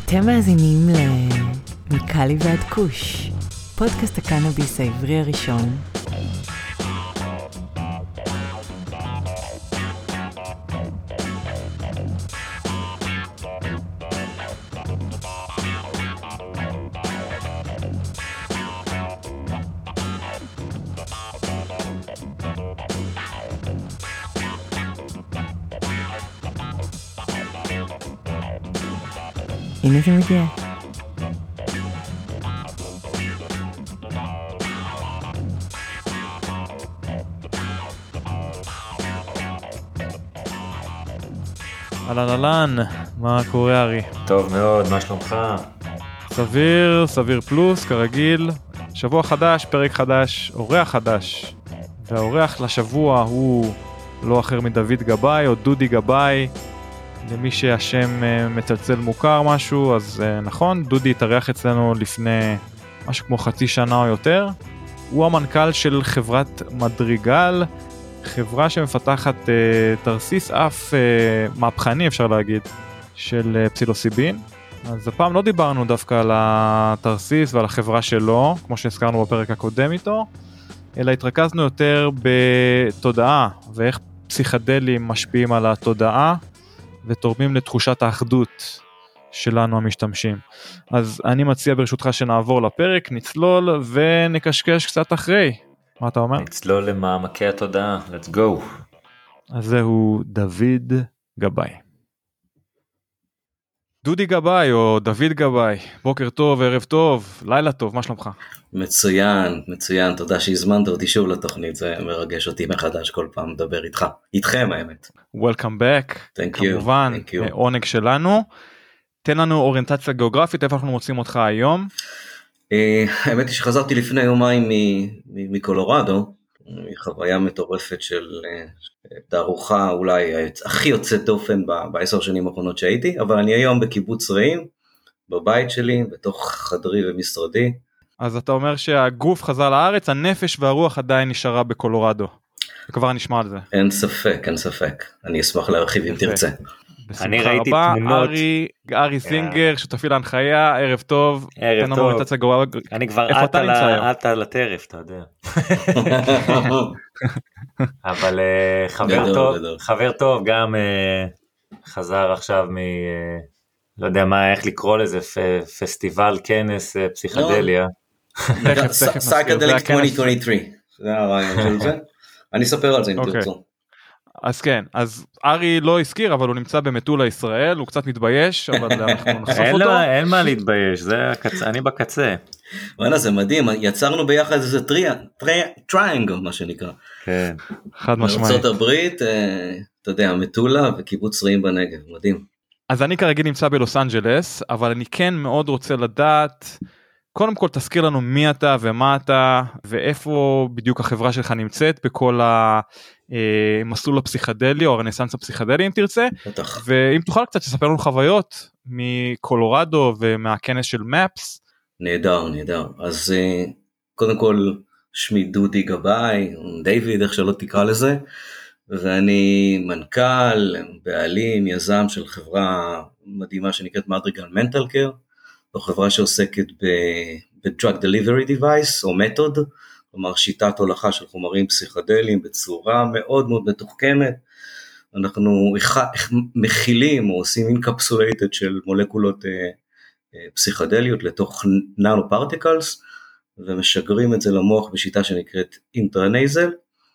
אתם מאזינים למיקלי ועד כוש, פודקאסט הקנאביס העברי הראשון. הנה זה מגיע. אהלן, מה קורה ארי? טוב מאוד, מה שלומך? סביר פלוס, כרגיל. שבוע חדש, פרק חדש, אורח חדש. והאורח לשבוע הוא לא אחר מדוד גבאי או דודי גבאי. למי שהשם מצלצל מוכר משהו, אז נכון, דודי התארח אצלנו לפני משהו כמו חצי שנה או יותר. הוא המנכ"ל של חברת מדריגל, חברה שמפתחת תרסיס אף מהפכני אפשר להגיד, של פסילוסיבין. אז הפעם לא דיברנו דווקא על התרסיס ועל החברה שלו, כמו שהזכרנו בפרק הקודם איתו, אלא התרכזנו יותר בתודעה, ואיך פסיכדלים משפיעים על התודעה, ותורמים לתחושת האחדות שלנו המשתמשים. אז אני מציע ברשותך שנעבור לפרק, נצלול ונקשקש קצת אחרי. מה אתה אומר? נצלול למעמקי התודעה, let's go. אז זהו דוד גבאי. דודי גבאי או דוד גבאי, בוקר טוב, ערב טוב, לילה טוב, מה שלומך? מצוין, תודה שהזמנת אותי שוב לתוכנית, זה מרגש אותי מחדש כל פעם לדבר איתכם האמת. Welcome back, Thank כמובן, you. עונג שלנו. תן לנו אוריינטציה גיאוגרפית, איפה אנחנו מוצאים אותך היום? האמת היא שחזרתי לפני יומיים מקולורדו, חוויה מטורפת של תערוכה אולי הכי יוצאת דופן ב10 שנים האחרונות שהייתי, אבל אני היום בקיבוץ רעים, בבית שלי, בתוך חדרי ומשרדי. אז אתה אומר שהגוף חזר לארץ, הנפש והרוח עדיין נשארה בקולורדו. וכבר נשמע על זה. אין ספק. אני אשמח להרחיב אם תרצה. אני ראיתי תמונות. ארי סינגר, שותפי להנחיה, ערב טוב. ערב טוב. אני כבר עט על הטרף, אתה יודע. אבל חבר טוב גם חזר עכשיו לא יודע איך לקרוא לזה, פסטיבל, כנס, פסיכדליה. Psychedelic 2023. זה הרעיון של זה. אני אספר על זה אם תרצו. אז כן, אז ארי לא הזכיר, אבל הוא נמצא במטולה ישראל, הוא קצת מתבייש, אבל אנחנו נחשוף אותו. אין מה להתבייש, אני בקצה. וואלה, זה מדהים, יצרנו ביחד איזה טריינגל, מה שנקרא. כן. חד משמעית. בארצות הברית, אתה יודע, מטולה וקיבוץ רעים בנגב, מדהים. אז אני כרגיל נמצא בלוס אנג'לס, אבל אני כן מאוד רוצה לדעת, קודם כל תזכיר לנו מי אתה ומה אתה, ואיפה בדיוק החברה שלך נמצאת בכל המסלול הפסיכדלי או הרנסנס הפסיכדלי אם תרצה, בטח. ואם תוכל קצת לספר לנו חוויות מקולורדו ומהכנס של מפס. נהדר. אז קודם כל שמי דודי גבאי, דיוויד איך שלא תקרא לזה, ואני מנכ"ל, בעלים, יזם של חברה מדהימה שנקראת מדריגל מנטל קר, זו חברה שעוסקת ב-drug delivery device או מתוד, כלומר שיטת הולכה של חומרים פסיכדליים בצורה מאוד מאוד מתוחכמת. אנחנו מכילים או עושים אינקפסולייטד של מולקולות פסיכדליות לתוך ננו פרטיקלס, ומשגרים את זה למוח בשיטה שנקראת אינטרנייזל,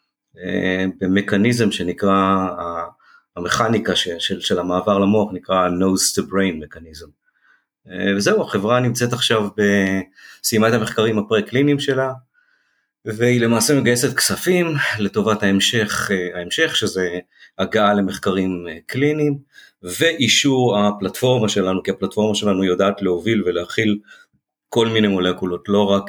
במקניזם שנקרא, המכניקה של המעבר למוח נקרא nose to brain מקניזם. וזהו, החברה נמצאת עכשיו סיימה את המחקרים הפרה-קליניים שלה, והיא למעשה מגייסת כספים לטובת ההמשך שזה הגעה למחקרים קליניים, ואישור הפלטפורמה שלנו, כי הפלטפורמה שלנו יודעת להוביל ולהכיל כל מיני מולקולות, לא רק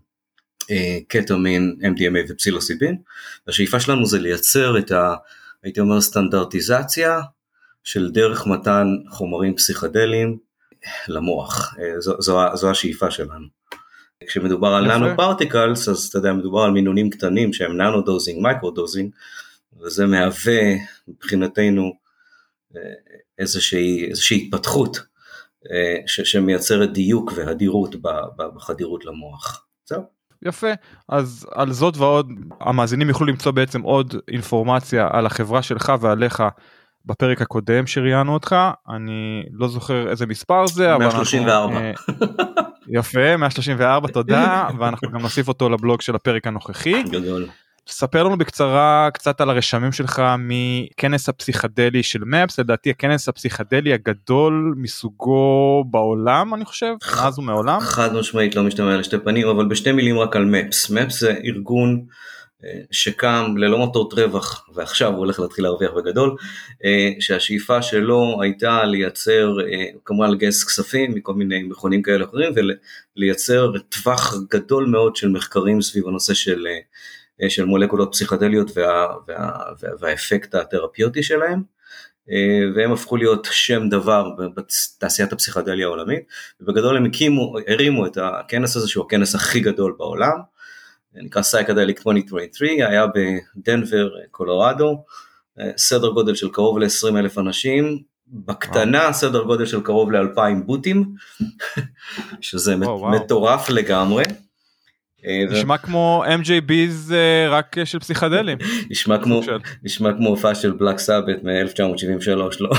קטמין, MDMA ופסילוסיבין. השאיפה שלנו זה לייצר הייתי אומר, סטנדרטיזציה של דרך מתן חומרים פסיכדליים למוח. זו השאיפה שלנו. כשמדובר על ננו פרטיקלס, אז אתה יודע, מדובר על מינונים קטנים שהם ננו דוזינג, מייקרו דוזינג, וזה מהווה מבחינתנו איזושהי התפתחות שמייצרת דיוק והדירות בחדירות למוח. זהו. יפה, אז על זאת ועוד המאזינים יוכלו למצוא בעצם עוד אינפורמציה על החברה שלך ועליך בפרק הקודם שראיינו אותך, אני לא זוכר איזה מספר זה, 134. יפה, 134, תודה, ואנחנו גם נוסיף אותו לבלוג של הפרק הנוכחי. גדול. ספר לנו בקצרה קצת על הרשמים שלך מכנס הפסיכדלי של מפס, לדעתי הכנס הפסיכדלי הגדול מסוגו בעולם, אני חושב, מאז ומעולם. חד משמעית, לא משתמע לשתי פנים, אבל בשתי מילים רק על מפס. מפס זה ארגון שקם ללא מטרות רווח, ועכשיו הוא הולך להתחיל להרוויח בגדול, שהשאיפה שלו הייתה לייצר, כמובן לגייס כספים מכל מיני מכונים כאלה אחרים, ולייצר טווח גדול מאוד של מחקרים סביב הנושא של מולקולות פסיכדליות והאפקט התרפיוטי שלהם, והם הפכו להיות שם דבר בתעשיית הפסיכדליה העולמית, ובגדול הם הרימו את הכנס הזה שהוא הכנס הכי גדול בעולם, נקרא Psychedelic 2023, היה בדנבר, קולורדו, סדר גודל של קרוב ל-20,000 אנשים, בקטנה סדר גודל של קרוב ל-2,000 בוטים, שזה מטורף לגמרי. נשמע כמו MJB's רק של פסיכדלים. נשמע כמו הופעה של בלק סאבת מ-1973, לא?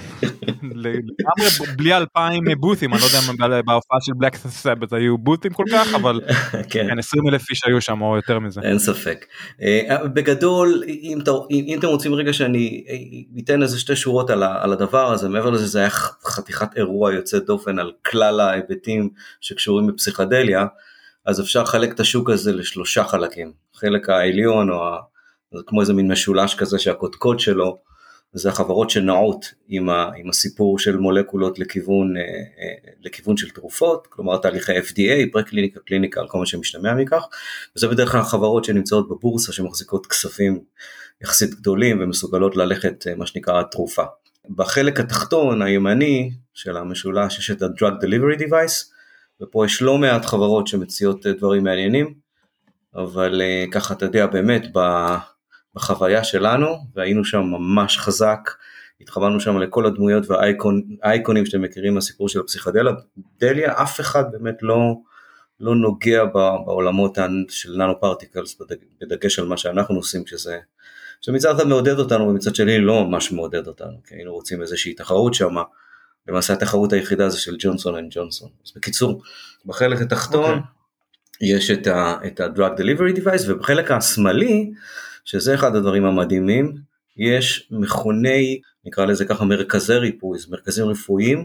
בלי 2,000 בוטים, אני לא יודע בהופעה של בלק סאבת היו בוטים כל כך, אבל 20,000 איש היו שם או יותר מזה. אין ספק. בגדול, אם אתם רוצים רגע שאני אתן איזה שתי שורות על הדבר הזה, מעבר לזה זה היה חתיכת אירוע יוצא דופן על כלל ההיבטים שקשורים בפסיכדליה, אז אפשר לחלק את השוק הזה לשלושה חלקים. החלק העליון, זה כמו איזה מין משולש כזה שהקודקוד שלו, זה החברות שנעות עם הסיפור של מולקולות לכיוון של תרופות, כלומר תהליכי FDA, פרקליניקה, קליניקה, על כל מה שמשתמע מכך, וזה בדרך כלל החברות שנמצאות בבורסה, שמחזיקות כספים יחסית גדולים, ומסוגלות ללכת מה שנקרא תרופה. בחלק התחתון, הימני של המשולש, יש את ה-Drug Delivery Device, ופה יש לא מעט חברות שמציעות דברים מעניינים, אבל ככה אתה יודע באמת בחוויה שלנו, והיינו שם ממש חזק, התחברנו שם לכל הדמויות והאייקונים שאתם מכירים מהסיפור של הפסיכדליה, אף אחד באמת לא נוגע בעולמות של ננו פרטיקלס, בדגש על מה שאנחנו עושים, שמצד אחד מעודד אותנו, ומצד שני לא ממש מעודד אותנו, כי היינו רוצים איזושהי תחרות שם, למעשה התחרות היחידה זה של ג'ונסון אנד ג'ונסון. אז בקיצור, בחלק התחתון יש את ה-Drug Delivery Device, ובחלק השמאלי, שזה אחד הדברים המדהימים, יש מכוני, נקרא לזה ככה, מרכזי ריפוי, מרכזים רפואיים,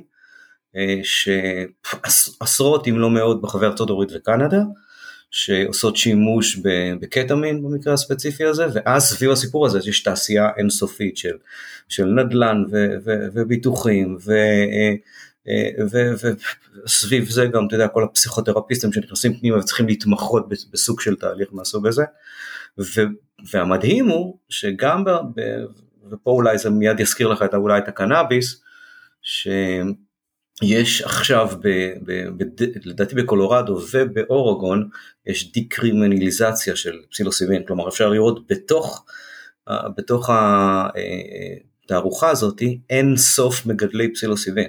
שעשרות אם לא מאות בחבי ארצות הברית וקנדה, שעושות שימוש בקטמין במקרה הספציפי הזה, ואז סביב הסיפור הזה יש תעשייה אינסופית של נדל"ן וביטוחים, וסביב זה גם, אתה יודע, כל הפסיכותרפיסטים שנכנסים פנימה וצריכים להתמחות בסוג של תהליך מהסוג הזה, והמדהים הוא שגם, ופה אולי זה מיד יזכיר לך אולי את הקנאביס, יש עכשיו, לדעתי בקולורדו ובאורוגון, יש דיקרימינליזציה של פסילוסיבין, כלומר אפשר לראות בתוך התערוכה הזאת, אין סוף מגדלי פסילוסיבין.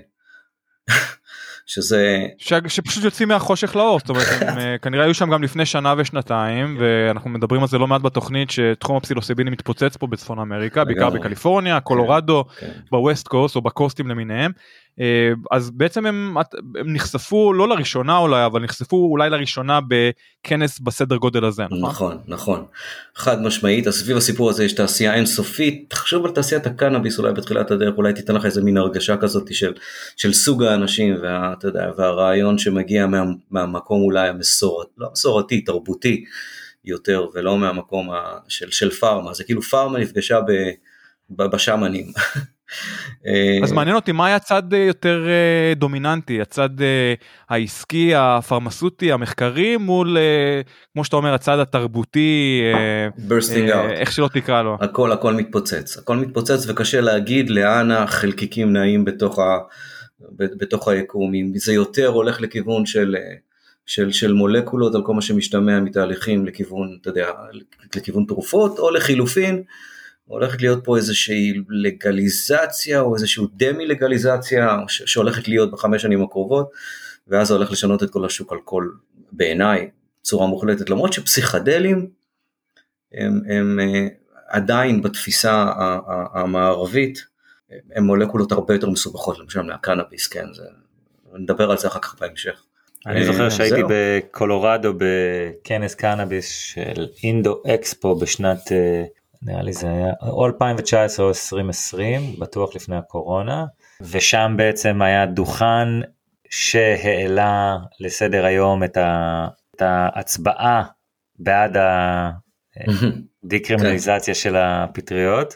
שפשוט יוצאים מהחושך לאור, זאת אומרת, הם כנראה היו שם גם לפני שנה ושנתיים, ואנחנו מדברים על זה לא מעט בתוכנית, שתחום הפסילוסיביני מתפוצץ פה בצפון אמריקה, בעיקר בקליפורניה, קולורדו, בווסט קוסט או בקוסטים למיניהם, אז בעצם הם נחשפו, לא לראשונה אולי, אבל נחשפו אולי לראשונה בכנס בסדר גודל הזה, נכון? נכון, חד משמעית, אז סביב הסיפור הזה יש תעשייה אינסופית, תחשוב על תעשיית הקנאביס אולי בתחילת הדרך, אולי תיתן לך איזה מין הרגשה כזאת של סוג האנשים, והרעיון שמגיע מהמקום אולי לא מסורתי, תרבותי יותר, ולא מהמקום של פארמה, זה כאילו פארמה נפגשה בשמנים. אז מעניין אותי, מה היה הצד יותר דומיננטי, הצד העסקי, הפרמסוטי, המחקרי, מול, כמו שאתה אומר, הצד התרבותי, איך שלא תקרא לו. הכל מתפוצץ וקשה להגיד לאן החלקיקים נעים בתוך היקום, אם זה יותר הולך לכיוון של מולקולות, על כל מה שמשתמע מתהליכים לכיוון, אתה יודע, לכיוון תרופות, או לחילופין, הולכת להיות פה איזושהי לגליזציה, או איזושהי דמי לגליזציה, שהולכת להיות ב5 שנים הקרובות, ואז זה הולך לשנות את כל השוק על כל, בעיניי, צורה מוחלטת, למרות שפסיכדלים, הם עדיין בתפיסה המערבית, הם מולקולות הרבה יותר מסובכות, למשל מהקנאביס, כן, נדבר על זה אחר כך בהמשך. אני זוכר שהייתי בקולורדו בכנס קנאביס של אינדו אקספו בשנת, נראה לי זה היה או 2019 או 2020, בטוח לפני הקורונה, ושם בעצם היה דוכן שהעלה לסדר היום את ההצבעה בעד הדיקרימינליזציה של הפטריות,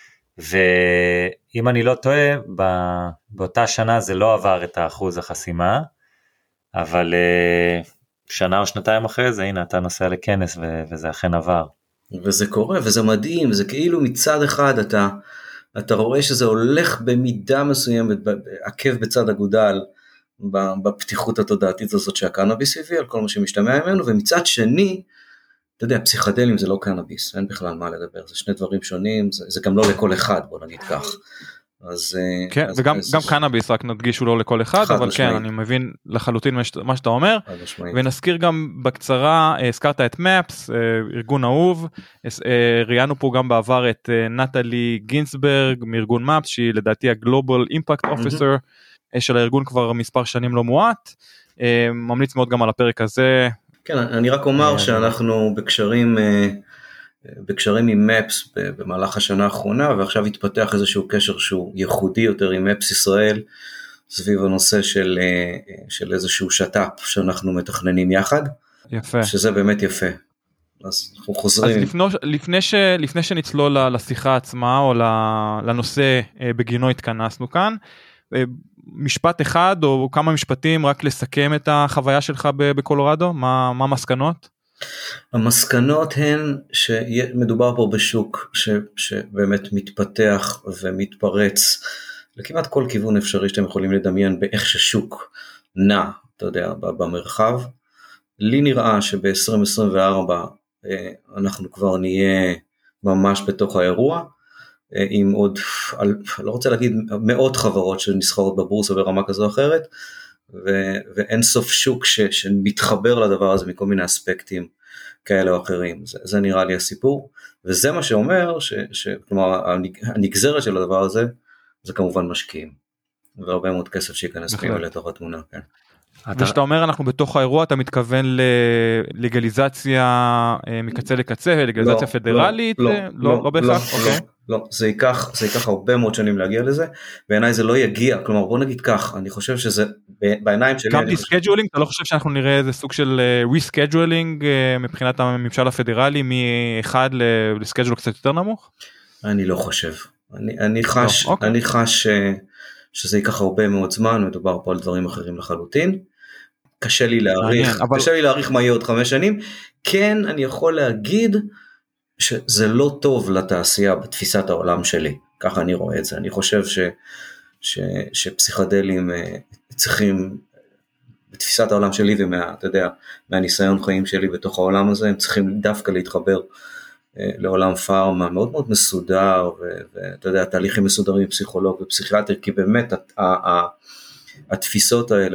ואם אני לא טועה, באותה שנה זה לא עבר את האחוז החסימה, אבל שנה או שנתיים אחרי זה, הנה אתה נוסע לכנס וזה אכן עבר. וזה קורה וזה מדהים, וזה כאילו מצד אחד אתה רואה שזה הולך במידה מסוימת, עקב בצד אגודל, בפתיחות התודעתית הזאת שהקנאביס הביא, על כל מה שמשתמע ממנו, ומצד שני, אתה יודע, פסיכדלים זה לא קנאביס, אין בכלל מה לדבר, זה שני דברים שונים, זה גם לא לכל אחד, בוא נגיד כך. כן, וגם קנאביס, רק נדגישו לא לכל אחד, אבל כן, אני מבין לחלוטין מה שאתה אומר, ונזכיר גם בקצרה, הזכרת את מפס, ארגון אהוב, ראיינו פה גם בעבר את נטלי גינסברג, מארגון מפס, שהיא לדעתי הגלובל אימפקט אופיסר, של הארגון כבר מספר שנים לא מועט, ממליץ מאוד גם על הפרק הזה. כן, אני רק אומר שאנחנו בקשרים עם מפס במהלך השנה האחרונה, ועכשיו התפתח איזשהו קשר שהוא ייחודי יותר עם מפס ישראל, סביב הנושא של איזשהו שטאפ שאנחנו מתכננים יחד. יפה. שזה באמת יפה. אז אנחנו חוזרים. אז לפני שנצלול לשיחה עצמה, או לנושא בגינו התכנסנו כאן, משפט אחד או כמה משפטים רק לסכם את החוויה שלך בקולורדו, מה המסקנות? המסקנות הן שמדובר פה בשוק שבאמת מתפתח ומתפרץ לכמעט כל כיוון אפשרי שאתם יכולים לדמיין באיך ששוק נע, אתה יודע, במרחב. לי נראה שב-2024 אנחנו כבר נהיה ממש בתוך האירוע, עם עוד, לא רוצה להגיד מאות חברות שנסחרות בבורסה ברמה כזו או אחרת, ואין סוף שוק שמתחבר לדבר הזה מכל מיני אספקטים כאלה או אחרים. זה נראה לי הסיפור, וזה מה שאומר, כלומר הנגזרת של הדבר הזה, זה כמובן משקיעים, והרבה מאוד כסף שיכנס פנימה לתוך התמונה, כן. ושאתה אומר אנחנו בתוך האירוע, אתה מתכוון ללגליזציה מקצה לקצה, לגליזציה פדרלית? לא בהכרח? לא, זה ייקח הרבה מאוד שנים להגיע לזה, בעיניי זה לא יגיע, כלומר בוא נגיד כך, אני חושב שזה בעיניים שלי... גם דיסקייג'ולינג, אתה לא חושב שאנחנו נראה איזה סוג של ריסקייג'ולינג מבחינת הממשל הפדרלי, מ-1 לסקייג'ול קצת יותר נמוך? אני לא חושב, אני חש שזה ייקח הרבה מאוד זמן, מדובר פה על דברים אחרים לחלוטין, קשה לי להעריך מה יהיה עוד 5 שנים, כן אני יכול להגיד שזה לא טוב לתעשייה בתפיסת העולם שלי, ככה אני רואה את זה, אני חושב שפסיכדלים צריכים, בתפיסת העולם שלי אתה יודע, מהניסיון חיים שלי בתוך העולם הזה, הם צריכים דווקא להתחבר לעולם פארמה מאוד מאוד מסודר, ואתה יודע, תהליכים מסודרים פסיכולוג ופסיכיאטר, כי באמת התפיסות האלה,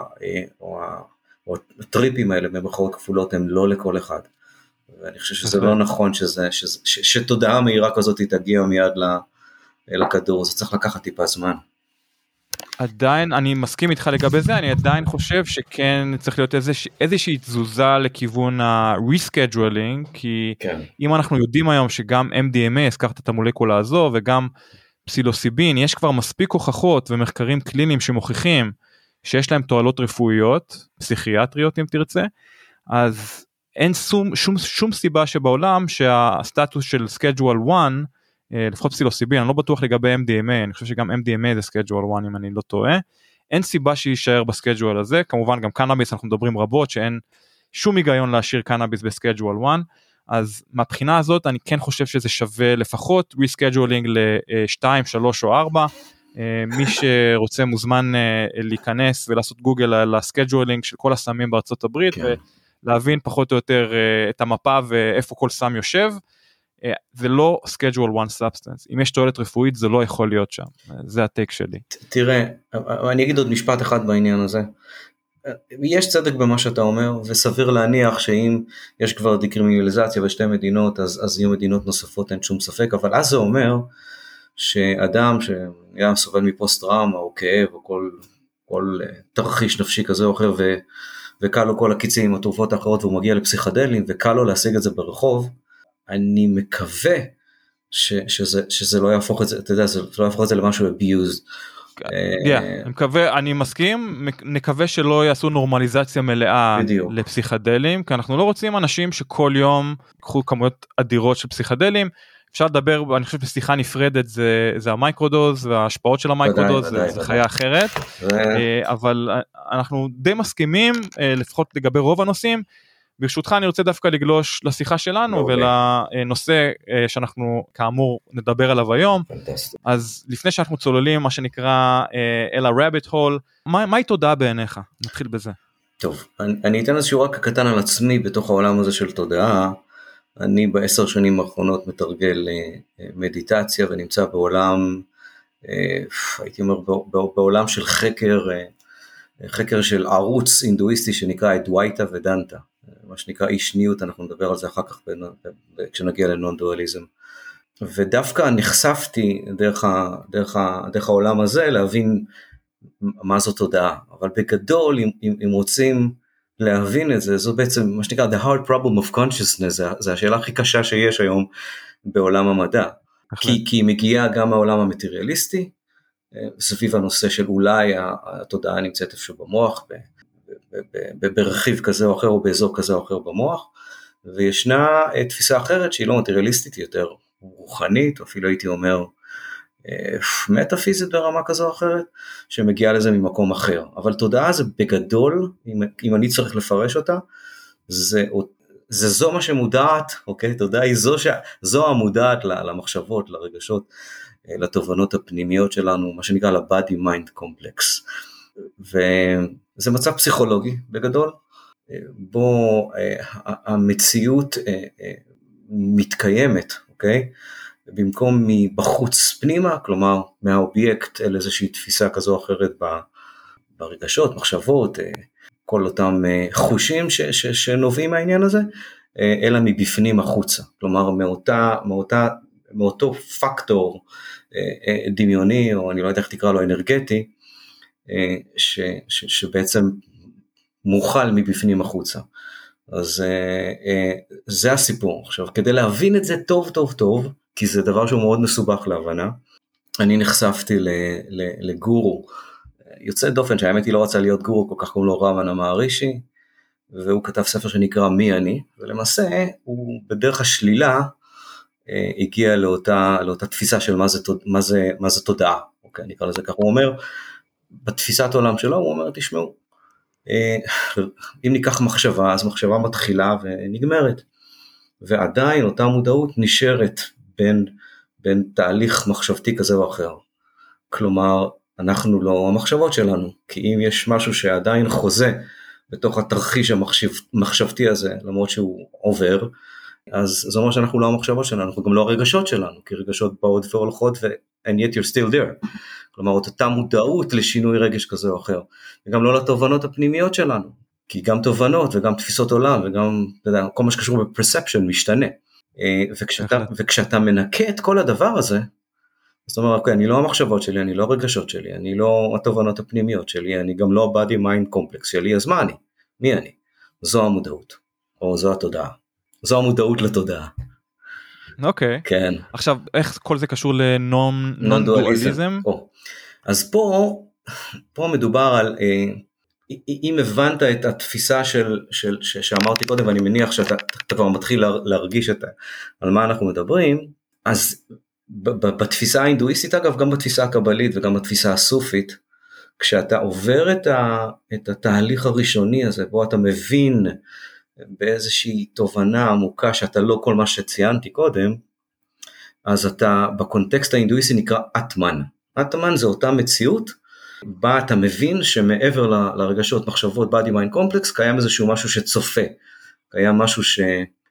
או הטריפים האלה במחאות כפולות, הם לא לכל אחד. ואני חושב שזה לא נכון שתודעה מהירה כזאת תגיע מיד לכדור, זה צריך לקחת טיפה זמן. עדיין, אני מסכים איתך לגבי זה, אני עדיין חושב שכן צריך להיות איזושהי תזוזה לכיוון ה-rescheduling, כי אם אנחנו יודעים היום שגם MDMA, הזכרת את המולקולה הזו, וגם פסילוסיבין, יש כבר מספיק הוכחות ומחקרים קליניים שמוכיחים שיש להם תועלות רפואיות, פסיכיאטריות אם תרצה, אז אין שום סיבה שבעולם שהסטטוס של Schedule 1, לפחות פסילוסיבין, אני לא בטוח לגבי MDMA, אני חושב שגם MDMA זה Schedule 1 אם אני לא טועה, אין סיבה שישאר בסקייג'ואל הזה, כמובן גם קנאביס אנחנו מדברים רבות, שאין שום היגיון להשאיר קנאביס בסקייג'ואל 1, אז מהבחינה הזאת אני כן חושב שזה שווה לפחות ריסקייג'ואלינג ל-2, 3 או 4, מי שרוצה מוזמן להיכנס ולעשות גוגל על הסקייג'ואלינג של כל הסמים בארצות הברית, ולהבין פחות או יותר את המפה ואיפה כל סם יושב, זה לא schedule one substance, אם יש תועלת רפואית זה לא יכול להיות שם, זה הטייק שלי. תראה, אני אגיד עוד משפט אחד בעניין הזה, יש צדק במה שאתה אומר, וסביר להניח שאם יש כבר דקרימינליזציה בשתי מדינות, אז יהיו מדינות נוספות, אין שום ספק, אבל אז זה אומר שאדם שהיה סובל מפוסט טראומה או כאב או כל תרחיש נפשי כזה או אחר, וקל לו כל הקיצים עם התרופות האחרות, והוא מגיע לפסיכדלים, וקל לו להשיג את זה ברחוב, אני מקווה שזה לא יהפוך את זה, אתה יודע, זה לא יהפוך את זה למשהו abused. אני מסכים, נקווה שלא יעשו נורמליזציה מלאה לפסיכדלים, כי אנחנו לא רוצים אנשים שכל יום קחו כמויות אדירות של פסיכדלים, אפשר לדבר, אני חושב בשיחה נפרדת, זה המייקרודוז וההשפעות של המייקרודוז, זה חיה אחרת, אבל אנחנו די מסכימים, לפחות לגבי רוב הנושאים. ברשותך אני רוצה דווקא לגלוש לשיחה שלנו ולנושא שאנחנו כאמור נדבר עליו היום. אז לפני שאנחנו צוללים מה שנקרא אל הרביט הול, מהי תודעה בעיניך? נתחיל בזה. טוב, אני אתן איזשהו רק קטן על עצמי בתוך העולם הזה של תודעה. אני ב10 שנים האחרונות מתרגל מדיטציה ונמצא בעולם, הייתי אומר בעולם של חקר של ערוץ אינדואיסטי שנקרא אדווייתא ודנטה. מה שנקרא אי שניות, אנחנו נדבר על זה אחר כך כשנגיע לנון דואליזם. ודווקא נחשפתי דרך העולם הזה להבין מה זאת תודעה. אבל בגדול, אם רוצים להבין את זה, זו בעצם מה שנקרא the hard problem of consciousness, זה השאלה הכי קשה שיש היום בעולם המדע. כי היא מגיעה גם מהעולם המטריאליסטי, סביב הנושא של אולי התודעה נמצאת איפשהו במוח, ברכיב כזה או אחר או באזור כזה או אחר במוח, וישנה תפיסה אחרת שהיא לא מטריאליסטית, היא יותר רוחנית, או אפילו הייתי אומר מטאפיזית ברמה כזו או אחרת, שמגיעה לזה ממקום אחר. אבל תודעה זה בגדול, אם אני צריך לפרש אותה, זה זו מה שמודעת, אוקיי? תודעה היא זו המודעת למחשבות, לרגשות, לתובנות הפנימיות שלנו, מה שנקרא ל-body mind complex. וזה מצב פסיכולוגי בגדול, בו המציאות מתקיימת, אוקיי? במקום מבחוץ פנימה, כלומר מהאובייקט אל איזושהי תפיסה כזו או אחרת ברגשות, מחשבות, כל אותם חושים שנובעים מהעניין הזה, אלא מבפנים החוצה, כלומר מאותו פקטור דמיוני, או אני לא יודע איך תקרא לו אנרגטי, שבעצם מוכל מבפנים החוצה. אז זה הסיפור. עכשיו, כדי להבין את זה טוב טוב טוב, כי זה דבר שהוא מאוד מסובך להבנה, אני נחשפתי לגורו, יוצא דופן שהאמת היא לא רצה להיות גורו, כל כך קוראים לו רמנה מהרישי, והוא כתב ספר שנקרא מי אני, ולמעשה הוא בדרך השלילה הגיע לאותה תפיסה של מה זה תודעה, אוקיי, אני אקרא לזה כך, הוא אומר, בתפיסת העולם שלו, הוא אומר, תשמעו, אם ניקח מחשבה, אז מחשבה מתחילה ונגמרת, ועדיין אותה מודעות נשארת בין תהליך מחשבתי כזה או אחר, כלומר, אנחנו לא המחשבות שלנו, כי אם יש משהו שעדיין חוזה, בתוך התרחיש המחשבתי הזה, למרות שהוא עובר, אז זה אומר שאנחנו לא המחשבות שלנו, אנחנו גם לא הרגשות שלנו, כי רגשות באות והולכות, and yet you're still there, כלומר אותה מודעות לשינוי רגש כזה או אחר, וגם לא לתובנות הפנימיות שלנו, כי גם תובנות וגם תפיסות עולם, וגם כל מה שקשור בפרספשן משתנה, וכשאתה מנקה את כל הדבר הזה, זאת אומרת, אוקיי, אני לא המחשבות שלי, אני לא הרגשות שלי, אני לא התובנות הפנימיות שלי, אני גם לא body mind complex שלי, אז מה אני? מי אני? זו המודעות, או זו התודעה. זו המודעות לתודעה. אוקיי. כן. עכשיו, איך כל זה קשור לנון דואליזם? אז פה מדובר על, אם הבנת את התפיסה שאמרתי קודם, ואני מניח שאתה כבר מתחיל להרגיש על מה אנחנו מדברים, אז בתפיסה האינדואיסטית, אגב, גם בתפיסה הקבלית וגם בתפיסה הסופית, כשאתה עובר את התהליך הראשוני הזה, בו אתה מבין באיזושהי תובנה עמוקה, שאתה לא כל מה שציינתי קודם, אז אתה בקונטקסט האינדואיסטי נקרא אטמן. אטמן זה אותה מציאות, בה אתה מבין שמעבר לרגשות, מחשבות, body mind complex, קיים איזשהו משהו שצופה, קיים משהו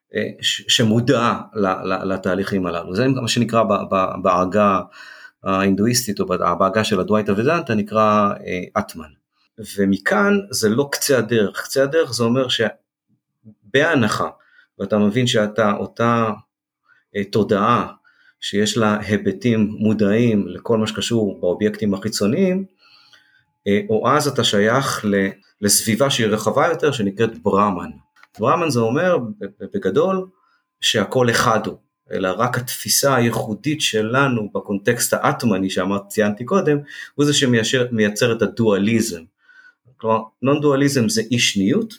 שמודע לתהליכים הללו. זה מה שנקרא בעגה ההינדואיסטית, או בעגה של הדווייתא ודנתא, נקרא אטמן. ומכאן זה לא קצה הדרך. קצה הדרך זה אומר שבהנחה, ואתה מבין שאתה אותה תודעה, שיש לה היבטים מודעים לכל מה שקשור באובייקטים החיצוניים, או אז אתה שייך לסביבה שהיא רחבה יותר, שנקראת ברמן. ברמן זה אומר בגדול שהכל אחד הוא, אלא רק התפיסה הייחודית שלנו בקונטקסט האטמני ציינתי קודם, הוא זה שמייצר את הדואליזם. כלומר, נון-דואליזם זה אי שניות,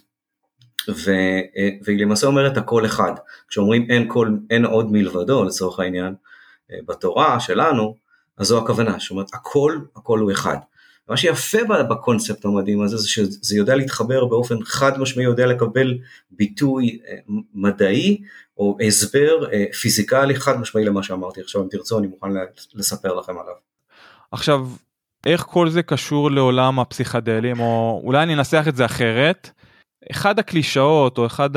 והיא למעשה אומרת הכל אחד. כשאומרים אין עוד מלבדו, לצורך העניין, בתורה שלנו, אז זו הכוונה, שאומרת הכל הוא אחד. מה שיפה בקונספט המדהים הזה, זה שזה יודע להתחבר באופן חד משמעי, יודע לקבל ביטוי מדעי, או הסבר פיזיקלי חד משמעי למה שאמרתי. עכשיו אם תרצו, אני מוכן לספר לכם עליו. עכשיו, איך כל זה קשור לעולם הפסיכדלים, או אולי אני אנסח את זה אחרת, אחד הקלישאות, או אחד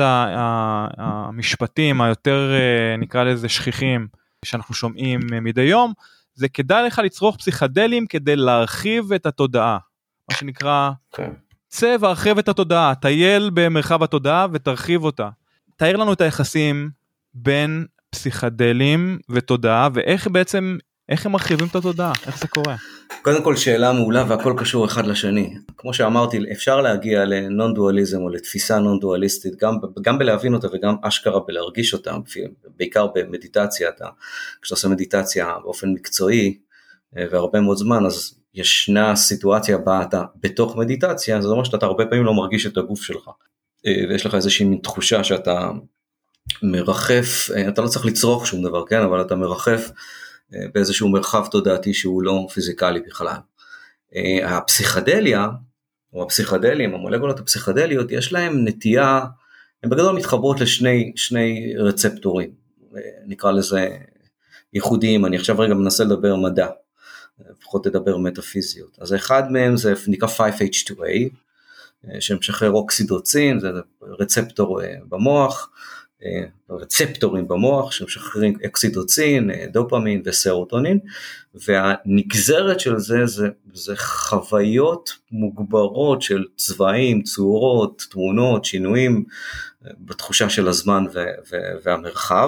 המשפטים היותר נקרא לזה שכיחים, שאנחנו שומעים מדי יום, זה כדאי לך לצרוך פסיכדלים כדי להרחיב את התודעה, מה שנקרא, צא והרחיב את התודעה, טייל במרחב התודעה ותרחיב אותה. תאר לנו את היחסים בין פסיכדלים ותודעה, ואיך בעצם, איך הם מרחיבים את התודעה, איך זה קורה? קודם כל שאלה מעולה והכל קשור אחד לשני. כמו שאמרתי, אפשר להגיע לנון-דואליזם או לתפיסה נון-דואליסטית, גם בלהבין אותה וגם אשכרה בלהרגיש אותה, בעיקר במדיטציה. כשאתה עושה מדיטציה באופן מקצועי והרבה מאוד זמן, אז ישנה סיטואציה בה אתה בתוך מדיטציה, זה אומר שאתה הרבה פעמים לא מרגיש את הגוף שלך, ויש לך איזושהי תחושה שאתה מרחף, אתה לא צריך לצרוך שום דבר, כן? אבל אתה מרחף באיזשהו מרחב תודעתי שהוא לא פיזיקלי בכלל. הפסיכדליה, או הפסיכדלים, המולקולות הפסיכדליות, יש להם נטייה, הן בגדול מתחברות לשני רצפטורים, נקרא לזה ייחודיים. אני עכשיו רגע מנסה לדבר מדע, לפחות לדבר מטאפיזיות. אז אחד מהם זה נקרא 5H2A, שמשחרר אוקסידוצין, זה רצפטור במוח, רצפטורים במוח שמשחררים אוקסיטוצין, דופמין וסרוטונין, והנגזרת של זה חוויות מוגברות של צבעים, צורות, תמונות, שינויים בתחושה של הזמן והמרחב,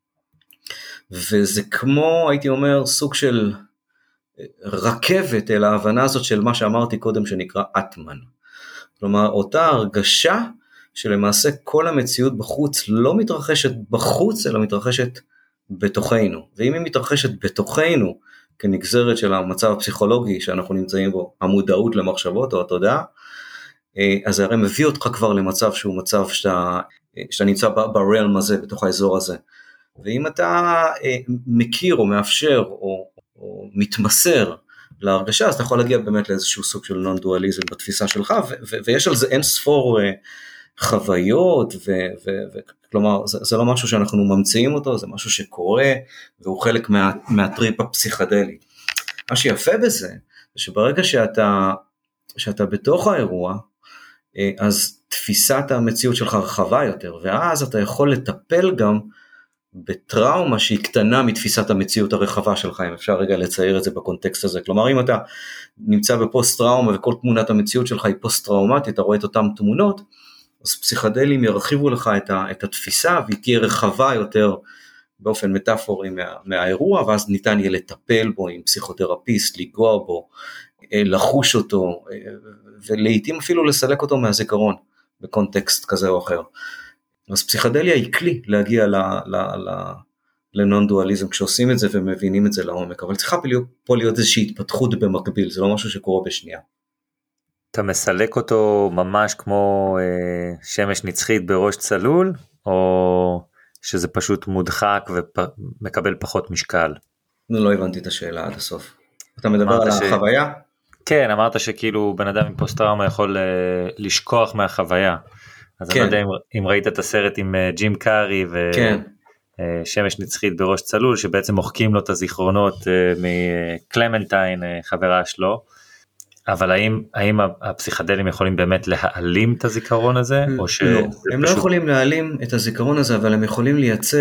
וזה כמו, הייתי אומר, סוג של רכבת אל ההבנה הזאת של מה שאמרתי קודם שנקרא אטמן. כלומר, אותה הרגשה שלמעשה כל המציאות בחוץ לא מתרחשת בחוץ, אלא מתרחשת בתוכנו. ואם היא מתרחשת בתוכנו, כנגזרת של המצב הפסיכולוגי שאנחנו נמצאים בו, המודעות למחשבות או התודעה, אז זה הרי מביא אותך כבר למצב שהוא מצב שאתה נמצא בריאלם הזה, בתוך האזור הזה. ואם אתה מכיר או מאפשר או מתמסר להרגשה, אז אתה יכול להגיע באמת לאיזשהו סוג של נון-דואליזם בתפיסה שלך, ויש על זה אין ספור חוויות, כלומר, זה לא משהו שאנחנו ממציאים אותו, זה משהו שקורה, והוא חלק מהטריפ הפסיכדלי. מה שיפה בזה, זה שברגע שאתה בתוך האירוע, אז תפיסת המציאות שלך רחבה יותר, ואז אתה יכול לטפל גם בטראומה שהיא קטנה מתפיסת המציאות הרחבה שלך, אם אפשר רגע לצייר את זה בקונטקסט הזה. כלומר, אם אתה נמצא בפוסט טראומה, וכל תמונת המציאות שלך היא פוסט טראומטית, אתה רואה את אותם תמונות, אז פסיכדלים ירחיבו לך את התפיסה, והיא תהיה רחבה יותר באופן מטאפורי מהאירוע, ואז ניתן יהיה לטפל בו עם פסיכותרפיסט, לגוע בו, לחוש אותו, ולעיתים אפילו לסלק אותו מהזיכרון, בקונטקסט כזה או אחר. אז פסיכדליה היא כלי להגיע לנון-דואליזם, כשעושים את זה ומבינים את זה לעומק, אבל צריכה פה להיות איזושהי התפתחות במקביל, זה לא משהו שקורה בשנייה. אתה מסלק אותו ממש כמו שמש נצחית בראש צלול, או שזה פשוט מודחק ומקבל פחות משקל? לא הבנתי את השאלה עד הסוף. אתה מדבר על החוויה? כן, אמרת שכאילו בן אדם עם פוסט-טראומה יכול לשכוח מהחוויה. אז אני לא יודע אם ראית את הסרט עם ג'ים קארי ושמש נצחית בראש צלול, שבעצם מוחקים לו את הזיכרונות מקלמנטיין, חברה שלו. אבל האם הפסיכדלים יכולים באמת להעלים את הזיכרון הזה? לא, הם לא יכולים להעלים את הזיכרון הזה, אבל הם יכולים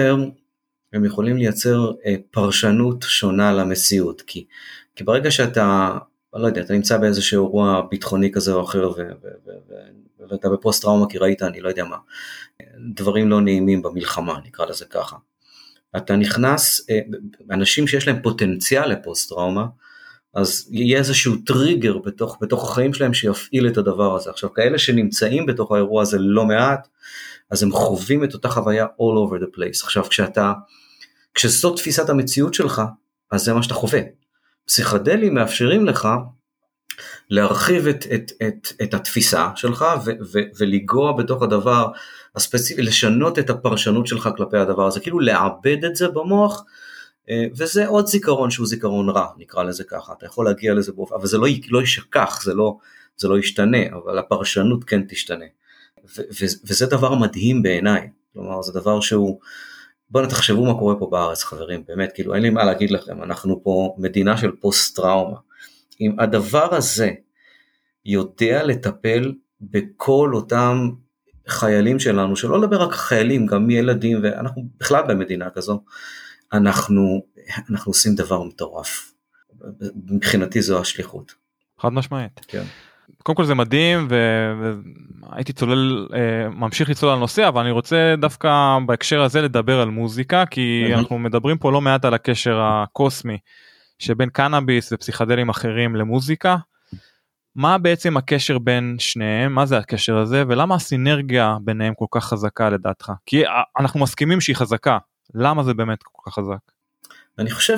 לייצר פרשנות שונה למציאות, כי ברגע שאתה, לא יודע, אתה נמצא באיזשהו אירוע ביטחוני כזה או אחר, ואתה בפוסט טראומה, כי ראית, אני לא יודע מה, דברים לא נעימים במלחמה, נקרא לזה ככה. אתה נכנס, אנשים שיש להם פוטנציאל לפוסט טראומה, אז יהיה איזשהו טריגר בתוך החיים שלהם שיפעיל את הדבר הזה. עכשיו, כאלה שנמצאים בתוך האירוע הזה לא מעט, אז הם חווים את אותה חוויה all over the place. עכשיו, כשזאת תפיסת המציאות שלך, אז זה מה שאתה חווה. פסיכדלים מאפשרים לך להרחיב את התפיסה שלך, ולגוע בתוך הדבר הספציפי, לשנות את הפרשנות שלך כלפי הדבר הזה, כאילו לעבד את זה במוח, וזה עוד זיכרון שהוא זיכרון רע, נקרא לזה ככה, אתה יכול להגיע לזה באופן, אבל זה לא ישכח, זה לא ישתנה, אבל הפרשנות כן תשתנה, וזה דבר מדהים בעיניי, כלומר זה דבר שהוא, בואו תחשבו מה קורה פה בארץ חברים, באמת, כאילו אין לי מה להגיד לכם, אנחנו פה מדינה של פוסט טראומה, אם הדבר הזה יודע לטפל בכל אותם חיילים שלנו, שלא לדבר רק חיילים, גם מילדים, ואנחנו בכלל במדינה כזו, אנחנו עושים דבר מטורף. מבחינתי זו השליחות. חד משמעית. כן. קודם כל זה מדהים, והייתי ממשיך לצלול על נושא, אבל אני רוצה דווקא בהקשר הזה לדבר על מוזיקה, כי אנחנו מדברים פה לא מעט על הקשר הקוסמי, שבין קנאביס ופסיכדלים אחרים למוזיקה. מה בעצם הקשר בין שניהם? מה זה הקשר הזה? ולמה הסינרגיה ביניהם כל כך חזקה לדעתך? כי אנחנו מסכימים שהיא חזקה. למה זה באמת כל כך חזק? אני חושב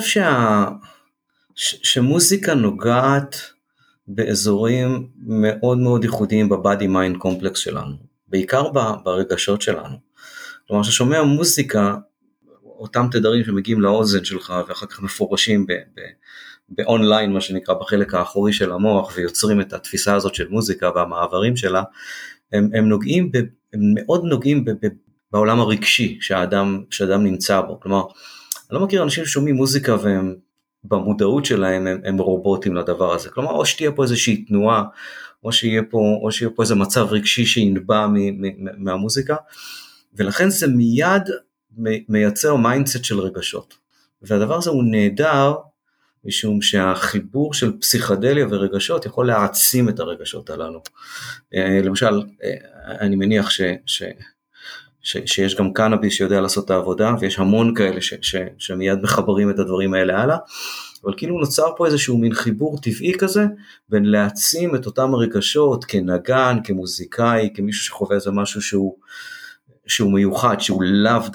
שמוזיקה נוגעת באזורים מאוד מאוד ייחודיים בבאדי מיינד קומפלקס שלנו, בעיקר ברגשות שלנו. כלומר, ששומע מוזיקה, אותם תדרים שמגיעים לאוזן שלך ואחר כך מפורשים באונליין, מה שנקרא בחלק האחורי של המוח, ויוצרים את התפיסה הזאת של מוזיקה והמעברים שלה, הם מאוד נוגעים בעולם הרגשי שאדם נמצא בו. כלומר, אני לא מכיר אנשים ששומעים מוזיקה והם במודעות שלהם הם רובוטים לדבר הזה. כלומר, או שתהיה פה איזושהי תנועה, או שיהיה פה איזה מצב רגשי שינבע מהמוזיקה, ולכן זה מיד מייצר מיינדסט של רגשות. והדבר הזה הוא נהדר, משום שהחיבור של פסיכדליה ורגשות יכול להעצים את הרגשות הללו. למשל, אני מניח שיש גם קנאביס שיודע לעשות את העבודה, ויש המון כאלה שמיד מחברים את הדברים האלה הלאה, אבל כאילו נוצר פה איזשהו מין חיבור טבעי כזה, בין להעצים את אותם הרגשות כנגן, כמוזיקאי, כמישהו שחווה איזה משהו שהוא מיוחד, שהוא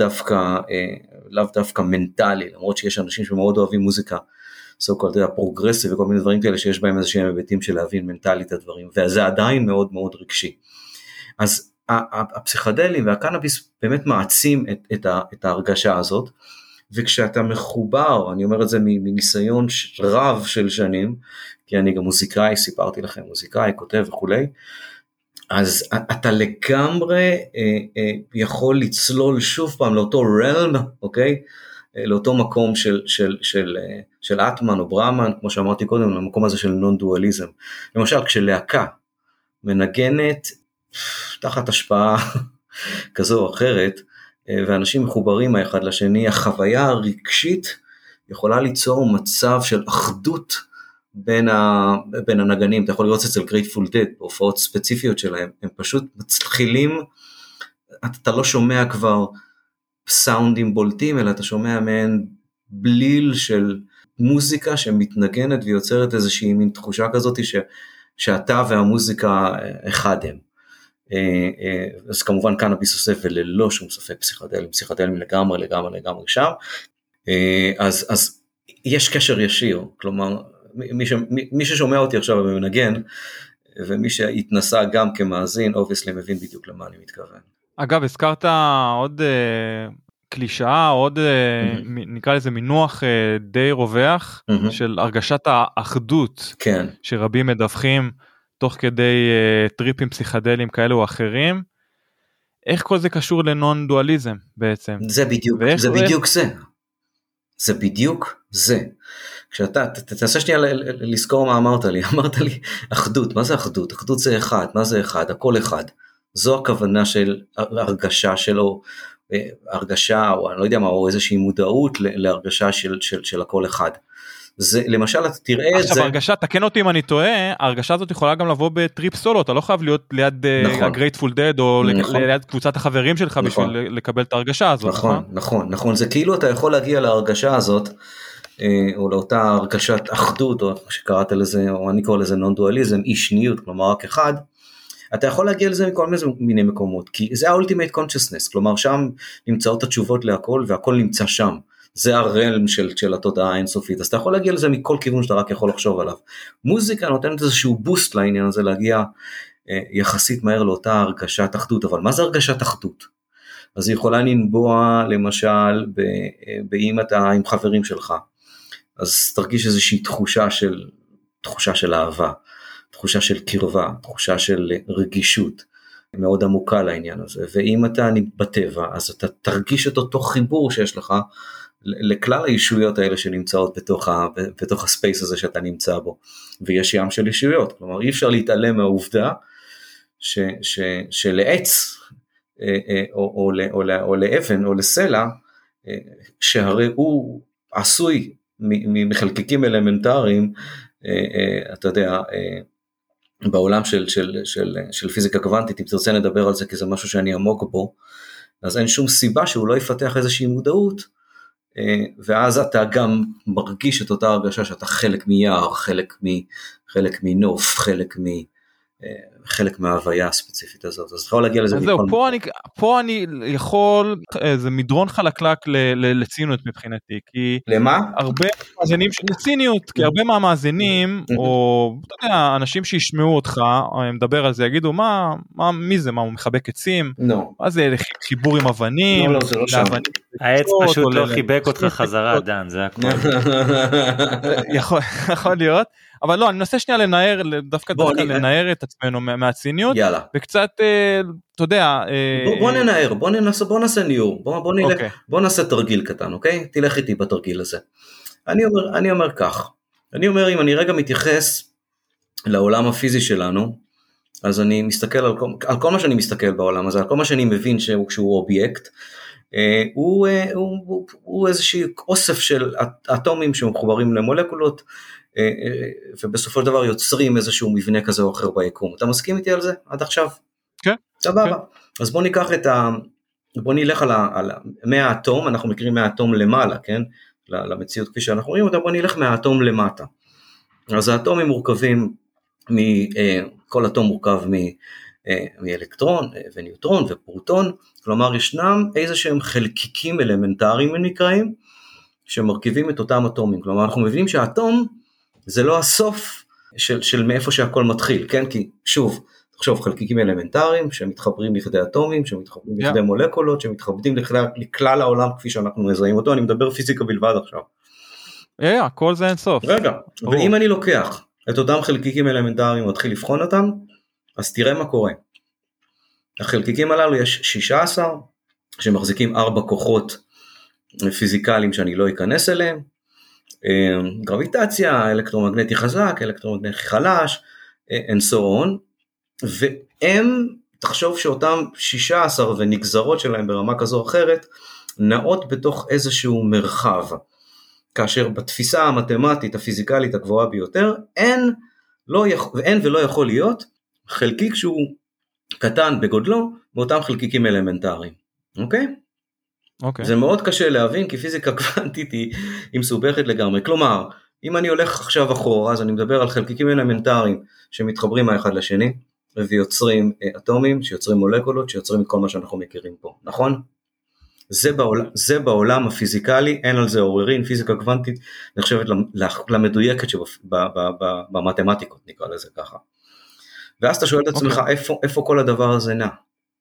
לאו דווקא מנטלי, למרות שיש אנשים שמאוד אוהבים מוזיקה, פרוגרסיב וכל מיני דברים כאלה, שיש בהם איזשהם היבטים של להבין מנטלית את הדברים, וזה עדיין מאוד מאוד רגשי. אז הפסיכדלים והקנאביס באמת מעצים את ההרגשה הזאת, וכשאתה מחובר, אני אומר את זה מניסיון רב של שנים, כי אני גם מוזיקאי, סיפרתי לכם, מוזיקאי, כותב וכולי, אז אתה לגמרי יכול לצלול שוב פעם לאותו realm, אוקיי? לאותו מקום של אטמן או ברמן, כמו שאמרתי קודם, למקום הזה של נון-דואליזם. למשל, כשלהקה מנגנת תחת השפעה כזו או אחרת, ואנשים מחוברים האחד לשני, החוויה הרגשית יכולה ליצור מצב של אחדות בין הנגנים. אתה יכול לראות אצל Grateful Dead, בהופעות ספציפיות שלהם, הם פשוט מצליחים, אתה לא שומע כבר סאונדים בולטים, אלא אתה שומע מעין בליל של מוזיקה שמתנגנת ויוצרת איזושהי מין תחושה כזאת שאתה והמוזיקה אחד הם. אז כמובן קנאביס עושה וללא שום ספק פסיכדלים לגמרי שם. אז יש קשר ישיר, כלומר מי ששומע אותי עכשיו ומנגן, ומי שהתנסה גם כמאזין, obviously מבין בדיוק למה אני מתכוון. אגב, הזכרת עוד קלישאה, עוד נקרא לזה מינוח די רווח, של הרגשת האחדות, שרבים מדווחים תוך כדי טריפים פסיכדליים כאלה או אחרים. איך כל זה קשור לנון דואליזם בעצם? זה בדיוק זה. זה בדיוק זה. כשאתה, תנסה שנייה לזכור מה אמרת לי אחדות, מה זה אחדות? אחדות זה אחד, מה זה אחד? הכל אחד. זו הכוונה של הרגשה שלו, הרגשה, או אני לא יודע מה, או איזושהי מודעות להרגשה של הכל אחד. זה, למשל, אתה תראה את זה. עכשיו, הרגשה, תקן אותי אם אני טועה, ההרגשה הזאת יכולה גם לבוא בטריפ סולו, אתה לא חייב להיות ליד ה-Grateful Dead, או ליד קבוצת החברים שלך בשביל לקבל את ההרגשה הזאת. נכון, זה כאילו אתה יכול להגיע להרגשה הזאת, או לאותה הרגשת אחדות, או שקראת לזה, או אני קורא לזה נון-דואליזם, אי שניות, כלומר רק אחד, אתה יכול להגיע לזה מכל מיני מקומות, כי זה ה-ultimate consciousness, כלומר שם נמצאות התשובות להכל, והכל נמצא שם, זה הרלם של התודעה האינסופית, אז אתה יכול להגיע לזה מכל כיוון שאתה רק יכול לחשוב עליו. מוזיקה נותנת איזשהו בוסט לעניין הזה, להגיע יחסית מהר לאותה הרגשת אחדות, אבל מה זה הרגשת אחדות? אז היא יכולה לנבוע למשל, באם אתה עם חברים שלך, אז תרגיש איזושהי תחושה של אהבה, תחושה של קרבה, תחושה של רגישות, מאוד עמוקה לעניין הזה, ואם אתה בטבע, אז אתה תרגיש את אותו חיבור שיש לך, לכלל הישויות האלה שנמצאות בתוך הספייס הזה שאתה נמצא בו, ויש ים של ישויות, כלומר אי אפשר להתעלם מהעובדה, שלעץ, או לאבן, או לסלע, שהרי הוא עשוי מחלקיקים אלמנטריים, אתה יודע, בעולם של פיזיקה קוונטית, אם תרצה נדבר על זה, כי זה משהו שאני עמוק בו, אז אין שום סיבה שהוא לא יפתח איזושהי מודעות, ואז אתה גם מרגיש את אותה הרגשה שאתה חלק מיער, חלק מנוף, חלק מההוויה הספציפית הזאת, אז אתה יכול להגיע לזה. אז זהו, פה אני יכול, זה מדרון חלקלק לציניות מבחינתי, כי למה? הרבה מאזינים של ציניות, כי הרבה מהמאזינים, או אתה יודע, אנשים שישמעו אותך, מדבר על זה, יגידו, מי זה, מה, הוא מחבק עצים? מה זה, חיבור עם אבנים? לא, זה לא שם. העץ פשוט לא חיבק אותך חזרה, דן, זה הכל. יכול להיות. אבל לא, אני מנסה שנייה דווקא לנער את עצמנו מהציניות, וקצת, אתה יודע... בוא נעשה ניור, בוא נעשה תרגיל קטן, אוקיי? תלך איתי בתרגיל הזה. אני אומר כך, אם אני רגע מתייחס לעולם הפיזי שלנו, אז אני מסתכל על כל מה שאני מסתכל בעולם הזה, על כל מה שאני מבין שהוא אובייקט, הוא איזושהי אוסף של אטומים שמחוברים למולקולות, ובסופו של דבר יוצרים איזשהו מבנה כזה או אחר ביקום. אתה מסכים איתי על זה עד עכשיו? כן. סבבה. אז בוא נלך על מהאטום, אנחנו מכירים מהאטום למעלה, כן? למציאות כפי שאנחנו רואים אותה, בוא נלך מהאטום למטה. אז האטומים מורכבים, כל אטום מורכב מאלקטרון וניוטרון ופרוטון, כלומר ישנם איזשהם חלקיקים אלמנטריים נקראים, שמרכיבים את אותם אטומים, כלומר אנחנו מבינים שהאטום זה לא הסוף של מאיפה שהכל מתחיל, כן? כי שוב, תחשוב, חלקיקים אלמנטריים שמתחברים לכדי אטומים, שמתחברים לכדי מולקולות, שמתחברים לכלל העולם כפי שאנחנו מזהים אותו, אני מדבר פיזיקה בלבד עכשיו. הכל זה אין סוף. רגע, ואם אני לוקח את אותם חלקיקים אלמנטריים ומתחיל לבחון אותם, אז תראה מה קורה. החלקיקים הללו יש 16 שמחזיקים 4 כוחות פיזיקליים שאני לא אכנס אליהם, גרביטציה, אלקטרומגנטי חזק, אלקטרומגנטי חלש, and so on, והם, תחשוב שאותם 16 ונגזרות שלהם ברמה כזו או אחרת, נעות בתוך איזשהו מרחב, כאשר בתפיסה המתמטית הפיזיקלית הגבוהה ביותר, אין ולא יכול להיות חלקיק שהוא קטן בגודלו, מאותם חלקיקים אלמנטריים, אוקיי? זה מאוד קשה להבין, כי פיזיקה קוונטית היא מסובכת לגמרי, כלומר, אם אני הולך עכשיו אחורה, אז אני מדבר על חלקיקים אלמנטריים, שמתחברים מהאחד לשני, ויוצרים אטומים, שיוצרים מולקולות, שיוצרים את כל מה שאנחנו מכירים פה, נכון? זה בעולם הפיזיקלי, אין על זה עוררין, פיזיקה קוונטית נחשבת למדויקת במתמטיקות, נקרא לזה ככה. ואז אתה שואל את עצמך, איפה כל הדבר הזה נע?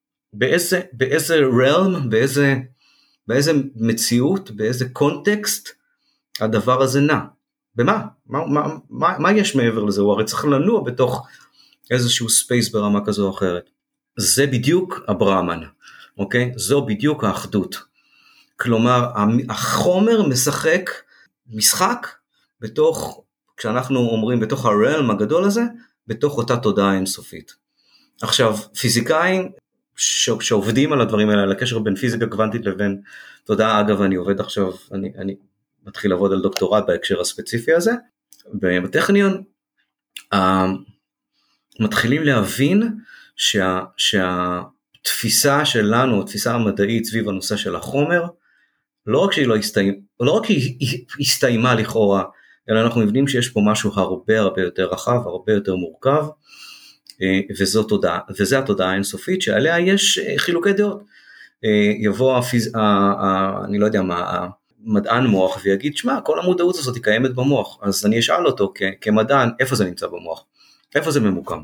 באיזה realm, באיזה מציאות, באיזה קונטקסט הדבר הזה נע? במה? מה יש מעבר לזה? הוא הרי צריך לנוע בתוך איזשהו ספייס ברמה כזו או אחרת. זה בדיוק הברהמן, אוקיי? זו בדיוק האחדות. כלומר, החומר משחק משחק בתוך, כשאנחנו אומרים בתוך הרלם הגדול הזה, בתוך אותה תודעה אינסופית. עכשיו, פיזיקאים שעובדים על הדברים האלה, על הקשר בין פיזיקה קוונטית לבין תודעה, אגב, אני עובד עכשיו, אני מתחיל לעבוד על דוקטורט בהקשר הספציפי הזה, בטכניון, מתחילים להבין שהתפיסה שלנו, התפיסה המדעית סביב הנושא של החומר, לא רק שהיא הסתיימה לכאורה, אלא אנחנו מבינים שיש פה משהו הרבה יותר רחב, הרבה יותר מורכב, וזה התודעה האינסופית, שעליה יש חילוקי דעות. יבוא אני לא יודע מה, מדען מוח ויגיד, שמע, כל המודעות הזאת היא קיימת במוח, אז אני אשאל אותו כמדען, איפה זה נמצא במוח? איפה זה ממוקם?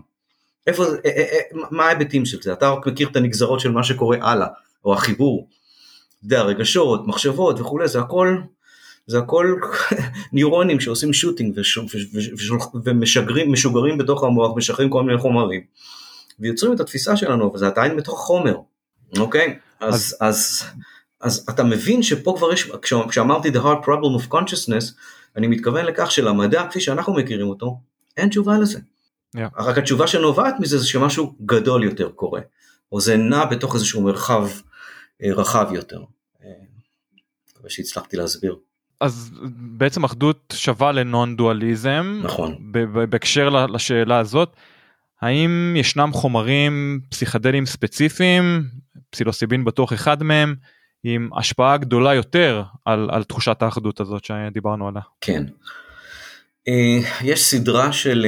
מה ההיבטים של זה? אתה רק מכיר את הנגזרות של מה שקורה הלאה, או החיבור, הרגשות, מחשבות וכו', זה הכל ניורונים שעושים שוטינג ומשוגרים בתוך המוח, משחררים כל מיני חומרים, ויוצרים את התפיסה שלנו, וזה עדיין בתוך חומר, אוקיי? אז אתה מבין שפה כבר יש, כשאמרתי the hard problem of consciousness, אני מתכוון לכך שלמדע, כפי שאנחנו מכירים אותו, אין תשובה לזה. רק התשובה שנובעת מזה זה שמשהו גדול יותר קורה, או זה נע בתוך איזשהו מרחב רחב יותר. מקווה שהצלחתי להסביר. אז בעצם אחדות שווה לנון דואליזם. נכון. בהקשר לשאלה הזאת, האם ישנם חומרים פסיכדליים ספציפיים, פסילוסיבין בטוח אחד מהם, עם השפעה גדולה יותר על תחושת האחדות הזאת שדיברנו עליה? כן. יש סדרה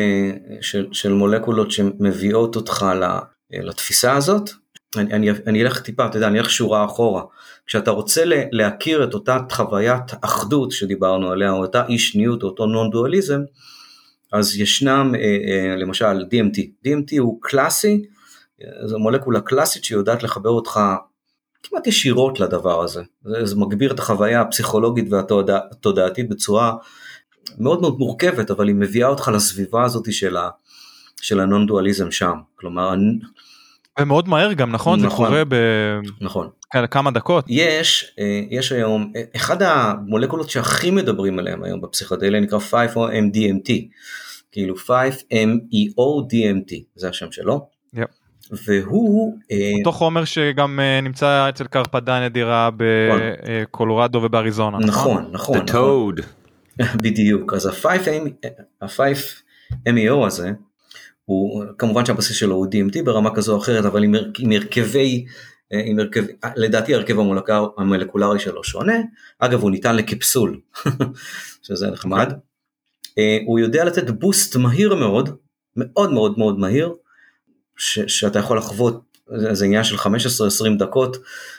של מולקולות שמביאות אותך לתפיסה הזאת. אני אלך טיפה, אתה יודע, אני אלך שורה אחורה. כשאתה רוצה להכיר את אותה חוויית אחדות שדיברנו עליה, או אותה אי שניות, או אותו נון דואליזם, אז ישנם למשל DMT. DMT הוא קלאסי, זו מולקולה קלאסית שיודעת לחבר אותך כמעט ישירות לדבר הזה. זה מגביר את החוויה הפסיכולוגית והתודעתית בצורה מאוד מאוד מורכבת, אבל היא מביאה אותך לסביבה הזאת של הנון דואליזם שם. כלומר, ומאוד מהר גם, נכון? זה קורה בכמה דקות. יש היום, אחד המולקולות שהכי מדברים עליהם היום בפסיכדליה נקרא 5-MeO-DMT, כאילו 5-MeO-DMT, זה השם שלו. והוא אותו חומר שגם נמצא אצל קרפדה נדירה בקולורדו ובאריזונה. נכון, נכון. The Toad. בדיוק, אז ה-5-MeO הזה, הוא, כמובן שהבסיס שלו הוא DMT ברמה כזו או אחרת, אבל עם הרכבי, לדעתי הרכב המולקולרי שלו שונה, אגב הוא ניתן לקפסול, שזה נחמד, הוא יודע לתת בוסט מהיר מאוד, מאוד מאוד מאוד מהיר, שאתה יכול לחוות, זה עניין של 15-20 דקות,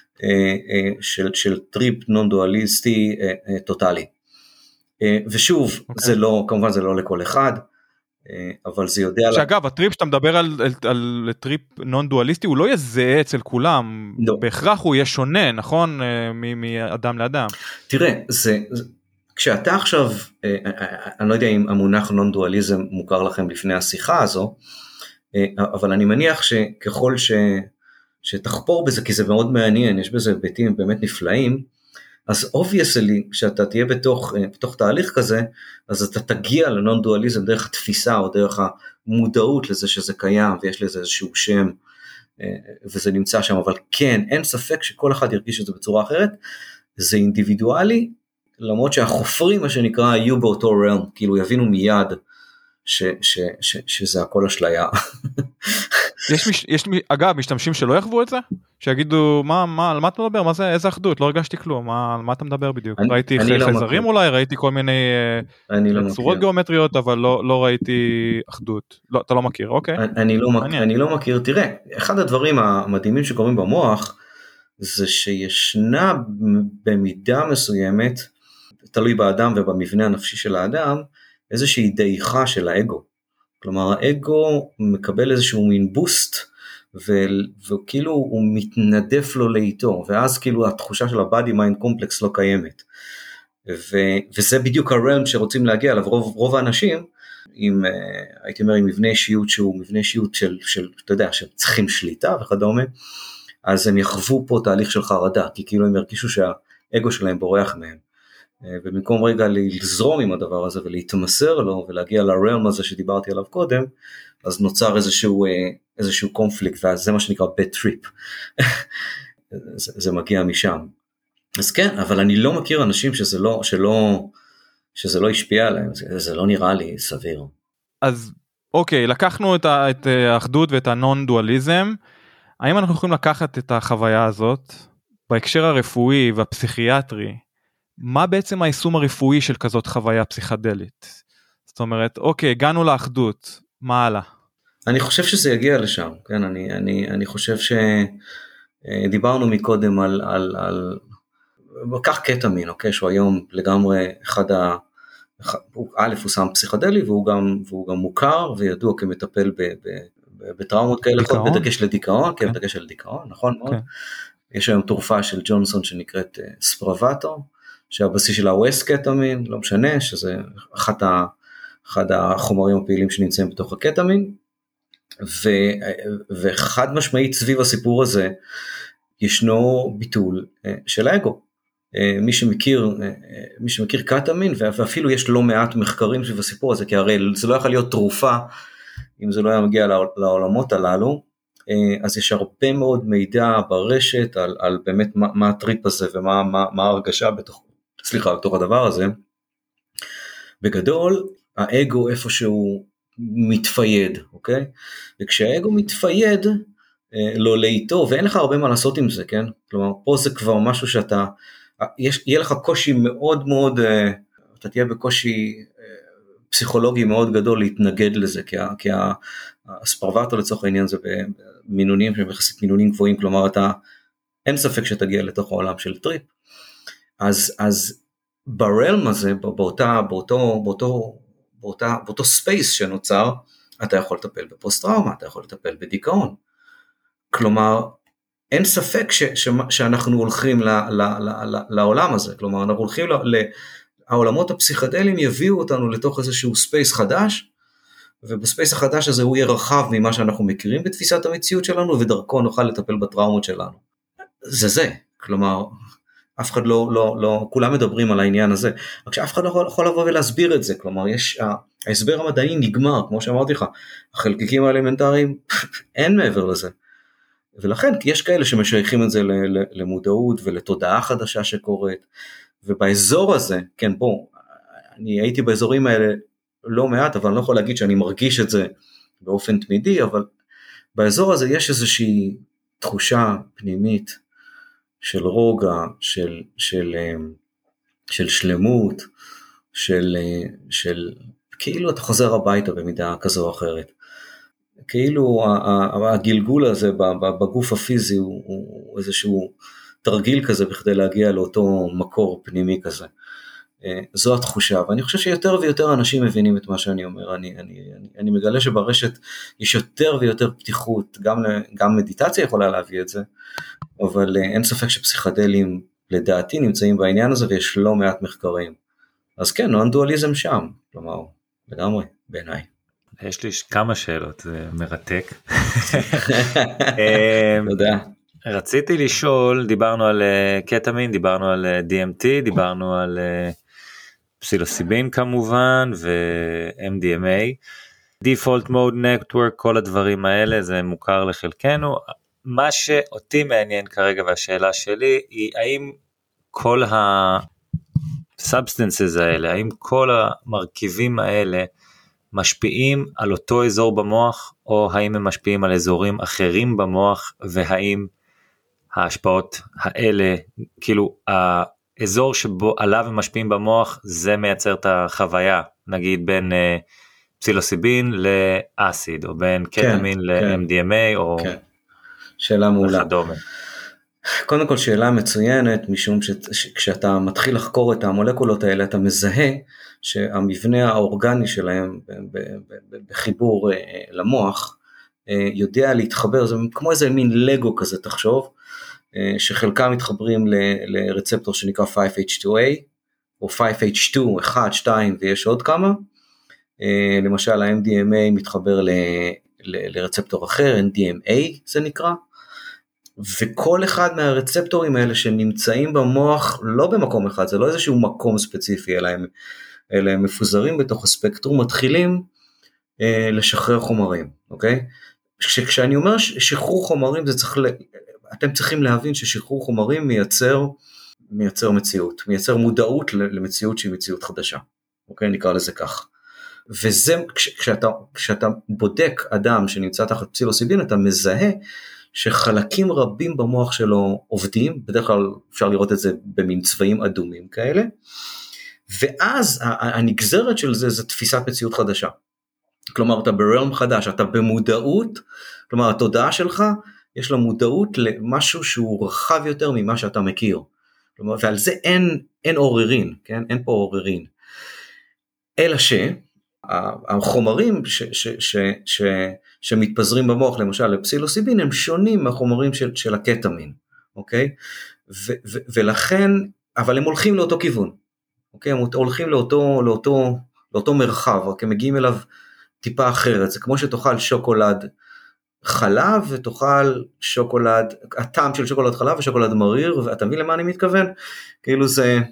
של טריפ נון דואליסטי טוטלי, ושוב, זה לא, כמובן זה לא לכל אחד, אבל זה יודע... שאגב, הטריפ שאתה מדבר על טריפ נון דואליסטי, הוא לא יהיה זהה אצל כולם, בהכרח הוא יהיה שונה, נכון? מאדם לאדם. תראה, כשאתה עכשיו, אני לא יודע אם המונח נון דואליזם מוכר לכם לפני השיחה הזו, אבל אני מניח שככל שתחפור בזה, כי זה מאוד מעניין, יש בזה היבטים באמת נפלאים, אז obviously, כשאתה תהיה בתוך תהליך כזה, אז אתה תגיע לנון דואליזם דרך התפיסה, או דרך המודעות לזה שזה קיים, ויש לזה איזשהו שם, וזה נמצא שם, אבל כן, אין ספק שכל אחד ירגיש את זה בצורה אחרת, זה אינדיבידואלי, למרות שהחופרים, מה שנקרא, יהיו באותו realm, כאילו יבינו מיד, שזה הכל אשליה. יש אגב משתמשים שלא יחוו את זה? שיגידו, על מה אתה מדבר? מה זה, איזה אחדות? לא הרגשתי כלום, על מה אתה מדבר בדיוק? ראיתי חייזרים אולי, ראיתי כל מיני צורות גיאומטריות, אבל לא ראיתי אחדות. אתה לא מכיר, אוקיי? אני לא מכיר, תראה, אחד הדברים המדהימים שקורים במוח, זה שישנה במידה מסוימת, תלוי באדם ובמבנה הנפשי של האדם, איזושהי דעיכה של האגו. כלומר, האגו מקבל איזשהו מין בוסט, וכאילו הוא מתנדף לו לאיתו, ואז כאילו התחושה של ה-body mind complex לא קיימת. וזה בדיוק הרלם שרוצים להגיע אליו, רוב האנשים, הייתי אומר, עם מבנה אישיות שהוא מבנה אישיות של, אתה יודע, שצריכים שליטה וכדומה, אז הם יחוו פה תהליך של חרדה, כי כאילו הם ירגישו האגו שלהם בורח מהם. ובמקום רגע לזרום עם הדבר הזה ולהתמסר לו ולהגיע לרעיון הזה שדיברתי עליו קודם, אז נוצר איזשהו קונפליקט, וזה מה שנקרא bad trip. זה מגיע משם. אז כן, אבל אני לא מכיר אנשים שזה לא השפיע עליהם, זה לא נראה לי סביר. אז אוקיי, לקחנו את האחדות ואת הנון-דואליזם, האם אנחנו יכולים לקחת את החוויה הזאת, בהקשר הרפואי והפסיכיאטרי, מה בעצם היישום הרפואי של כזאת חוויה פסיכדלית? זאת אומרת, אוקיי, הגענו לאחדות, מה הלאה? אני חושב שזה יגיע לשם, כן, אני חושב שדיברנו מקודם על כך קטמין, אוקיי, שהוא היום לגמרי הוא סם פסיכדלי, והוא גם מוכר וידוע כמטפל בטראומות כאלה, בדגש לדיכאון, כן, בדגש על דיכאון, נכון מאוד. יש היום תרופה של ג'ונסון שנקראת ספרבטו, שהבסיס שלה הוא אס-קטמין, לא משנה, שזה אחד החומרים הפעילים שנמצאים בתוך הקטמין, וחד משמעית סביב הסיפור הזה, ישנו ביטול של האגו. מי שמכיר קטמין, ואפילו יש לא מעט מחקרים סביב הסיפור הזה, כי הרי זה לא יכול להיות תרופה, אם זה לא היה מגיע לעולמות הללו, אז יש הרבה מאוד מידע ברשת, על באמת מה הטריפ הזה, ומה ההרגשה בתוך הדבר הזה. בגדול, האגו איפשהו מתפייד, אוקיי? וכשהאגו מתפייד, לא לאיתו, ואין לך הרבה מה לעשות עם זה, כן? כלומר, פה זה כבר משהו יהיה לך קושי מאוד מאוד, אתה תהיה בקושי פסיכולוגי מאוד גדול להתנגד לזה, כי הספרבטו לצורך העניין זה במינונים, שמחסית מינונים גבוהים, כלומר אין ספק שתגיע לתוך העולם של טריפ, אז ברלם הזה, באותו ספייס שנוצר, אתה יכול לטפל בפוסט טראומה, אתה יכול לטפל בדיכאון, כלומר, אין ספק שאנחנו הולכים לעולם הזה, כלומר, אנחנו הולכים העולמות הפסיכדליים יביאו אותנו לתוך איזשהו ספייס חדש, ובספייס החדש הזה הוא יהיה רחב ממה שאנחנו מכירים בתפיסת המציאות שלנו, ודרכו נוכל לטפל בטראומות שלנו. זה, כלומר, אף אחד לא, כולם מדברים על העניין הזה, רק שאף אחד לא יכול לבוא ולהסביר את זה, כלומר, ההסבר המדעי נגמר, כמו שאמרתי לך, החלקיקים האלמנטריים, אין מעבר לזה. ולכן יש כאלה שמשייכים את זה למודעות ולתודעה חדשה שקורית, ובאזור הזה, כן, אני הייתי באזורים האלה לא מעט, אבל אני לא יכול להגיד שאני מרגיש את זה באופן תמידי, אבל באזור הזה יש איזושהי תחושה פנימית של רוגע, של שלמות, של כאילו אתה חוזר הביתה במידה כזו או אחרת. כאילו הגלגול הזה בגוף הפיזי הוא איזשהו תרגיל כזה בכדי להגיע לאותו מקור פנימי כזה. זו התחושה, ואני חושב שיותר ויותר אנשים מבינים את מה שאני אומר. אני מגלה שברשת יש יותר ויותר פתיחות, גם מדיטציה יכולה להביא את זה, אבל אין ספק שפסיכדלים לדעתי נמצאים בעניין הזה, ויש לא מעט מחקרים. אז כן, נון-דואליזם שם, כלומר, לגמרי, בעיניי. יש לי כמה שאלות, זה מרתק. תודה. רציתי לשאול, דיברנו על קטמין, דיברנו על DMT, דיברנו על פסילוסיבין כמובן, ו-MDMA, Default Mode Network, כל הדברים האלה, זה מוכר לחלקנו. מה שאותי מעניין כרגע, והשאלה שלי, היא האם כל ה-substances האלה, האם כל המרכיבים האלה, משפיעים על אותו אזור במוח, או האם הם משפיעים על אזורים אחרים במוח, והאם ההשפעות האלה, כאילו האזור שבו עליו הם משפיעים במוח, זה מייצר את החוויה, נגיד בין פסילוסיבין לאסיד, או בין קטמין ל-MDMA, או שאלה מעולה. וכדומה. קודם כל שאלה מצוינת, משום שכשאתה מתחיל לחקור את המולקולות האלה, אתה מזהה שהמבנה האורגני שלהם בחיבור למוח, יודע להתחבר, זה כמו איזה מין לגו כזה, תחשוב, שחלקם מתחברים לרצפטור שנקרא 5H2A, או 5H2, 1, 2, ויש עוד כמה, למשל ה-MDMA מתחבר לרצפטור אחר, NDMA זה נקרא, וכל אחד מהרצפטורים האלה שנמצאים במוח, לא במקום אחד, זה לא איזשהו מקום ספציפי, אלא הם מפוזרים בתוך הספקטרום, מתחילים לשחרר חומרים, אוקיי? כשאני אומר שחרור חומרים, אתם צריכים להבין ששחרור חומרים מייצר מציאות, מייצר מודעות למציאות שהיא מציאות חדשה, אוקיי? נקרא לזה כך. וזה, כשאתה בודק אדם שנמצא תחת פסילוסיבין, אתה מזהה שחלקים רבים במוח שלו עובדים, בדרך כלל אפשר לראות את זה במין צבעים אדומים כאלה, ואז הנגזרת של זה תפיסת מציאות חדשה. כלומר, אתה ברלם חדש, אתה במודעות, כלומר, התודעה שלך, יש לה מודעות למשהו שהוא רחב יותר ממה שאתה מכיר. כלומר, ועל זה אין עוררין, כן? אין פה עוררין. אלא שהחומרים שמתפזרים במוח, למשל לפסילוסיבין, הם שונים מהחומרים של הקטמין, אוקיי? ולכן, אבל הם הולכים לאותו כיוון, אוקיי? הם הולכים לאותו מרחב, רק הם מגיעים אליו טיפה אחרת. זה כמו שתאכל שוקולד חלב, ותאכל שוקולד, הטעם של שוקולד חלב ושוקולד מריר, ואתה מבין למה אני מתכוון? כאילו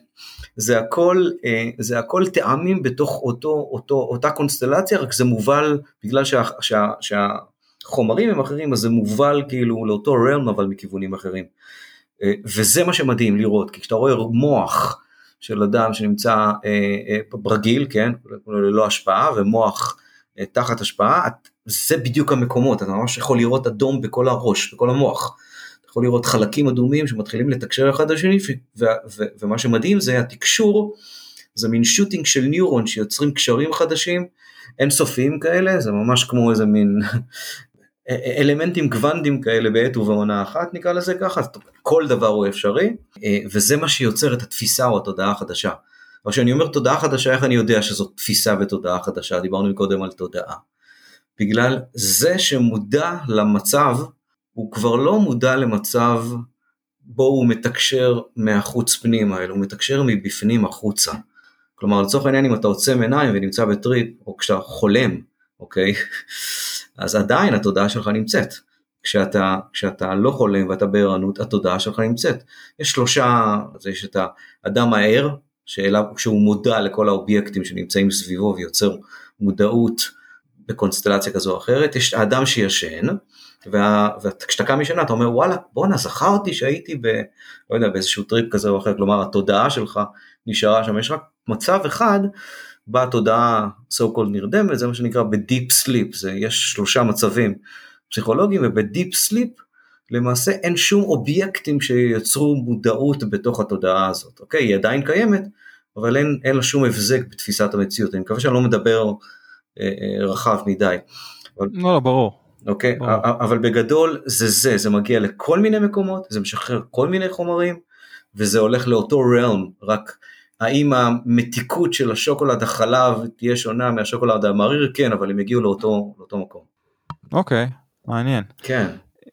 זה הכל טעמים בתוך אותה קונסטלציה, רק זה מובל, בגלל שהחומרים הם אחרים, אז זה מובל כאילו לאותו רלם, אבל מכיוונים אחרים. וזה מה שמדהים לראות, כי כשאתה רואה מוח של אדם שנמצא ברגיל, כן, ללא השפעה, ומוח תחת השפעה, זה בדיוק המקומות, אתה ממש יכול לראות אדום בכל הראש, בכל המוח, אתה יכול לראות חלקים אדומים שמתחילים לתקשר אחד לשני, ומה שמדהים זה התקשור, זה מין שוטינג של ניורון, שיוצרים קשרים חדשים, אינסופיים כאלה, זה ממש כמו איזה מין אלמנטים קוונטיים כאלה בעת ובעונה אחת, נקרא לזה ככה, כל דבר הוא אפשרי, וזה מה שיוצר את התפיסה או התודעה החדשה. אבל כשאני אומר תודעה חדשה, איך אני יודע שזאת תפיסה ותודעה חדשה? דיברנו קודם על תודעה. בגלל זה שמודע למצב, הוא כבר לא מודע למצב בו הוא מתקשר מהחוץ פנימה, אלא הוא מתקשר מבפנים החוצה. כלומר, לצורך העניין, אם אתה עוצם עיניים ונמצא בטריפ, או כשאתה חולם, אוקיי? אז עדיין התודעה שלך נמצאת. כשאתה לא חולם ואתה בערנות, התודעה שלך נמצאת. יש שלושה, יש את האדם הער, שהוא מודע לכל האובייקטים שנמצאים סביבו ויוצר מודעות בקונסטלציה כזו או אחרת. יש האדם שישן, וכשאתה קם משנה אתה אומר וואלה בואנה זכרתי שהייתי לא יודע, באיזשהו טריפ כזה או אחר, כלומר התודעה שלך נשארה שם, יש רק מצב אחד בתודעה so called נרדמת, זה מה שנקרא בדיפ סליפ, יש 3 מצבים פסיכולוגיים, ובדיפ סליפ למעשה אין שום אובייקטים שיצרו מודעות בתוך התודעה הזאת, אוקיי? היא עדיין קיימת, אבל אין לה שום הבזק בתפיסת המציאות, אני מקווה שאני לא מדבר רחב מדי. לא, ברור. אוקיי, אבל בגדול זה מגיע לכל מיני מקומות, זה משחרר כל מיני חומרים, וזה הולך לאותו רלם, רק האם המתיקות של השוקולד החלב תהיה שונה מהשוקולד המריר? כן, אבל הם הגיעו לאותו מקום. אוקיי, מעניין. כן.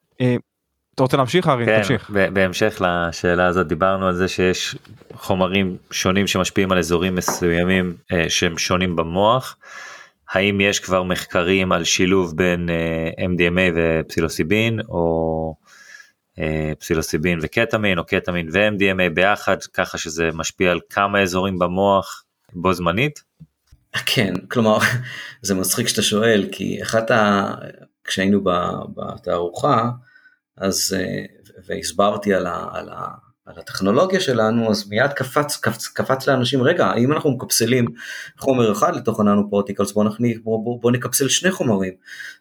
אתה רוצה להמשיך, ארי? כן, תמשיך. בהמשך לשאלה הזאת דיברנו על זה שיש חומרים שונים שמשפיעים על אזורים מסוימים שהם שונים במוח. האם יש כבר מחקרים על שילוב בין MDMA ופסילוסיבין, או פסילוסיבין וקטמין, או קטמין ו-MDMA ביחד, ככה שזה משפיע על כמה אזורים במוח בו זמנית? כן, כלומר, זה מצחיק שאתה שואל, כי כשהיינו בתערוכה, אז, והסברתי על הטכנולוגיה שלנו, אז מיד קפץ לאנשים, רגע, האם אנחנו מקפסלים חומר אחד לתוך הננו פרטיקלס, בוא נקפסל 2 חומרים,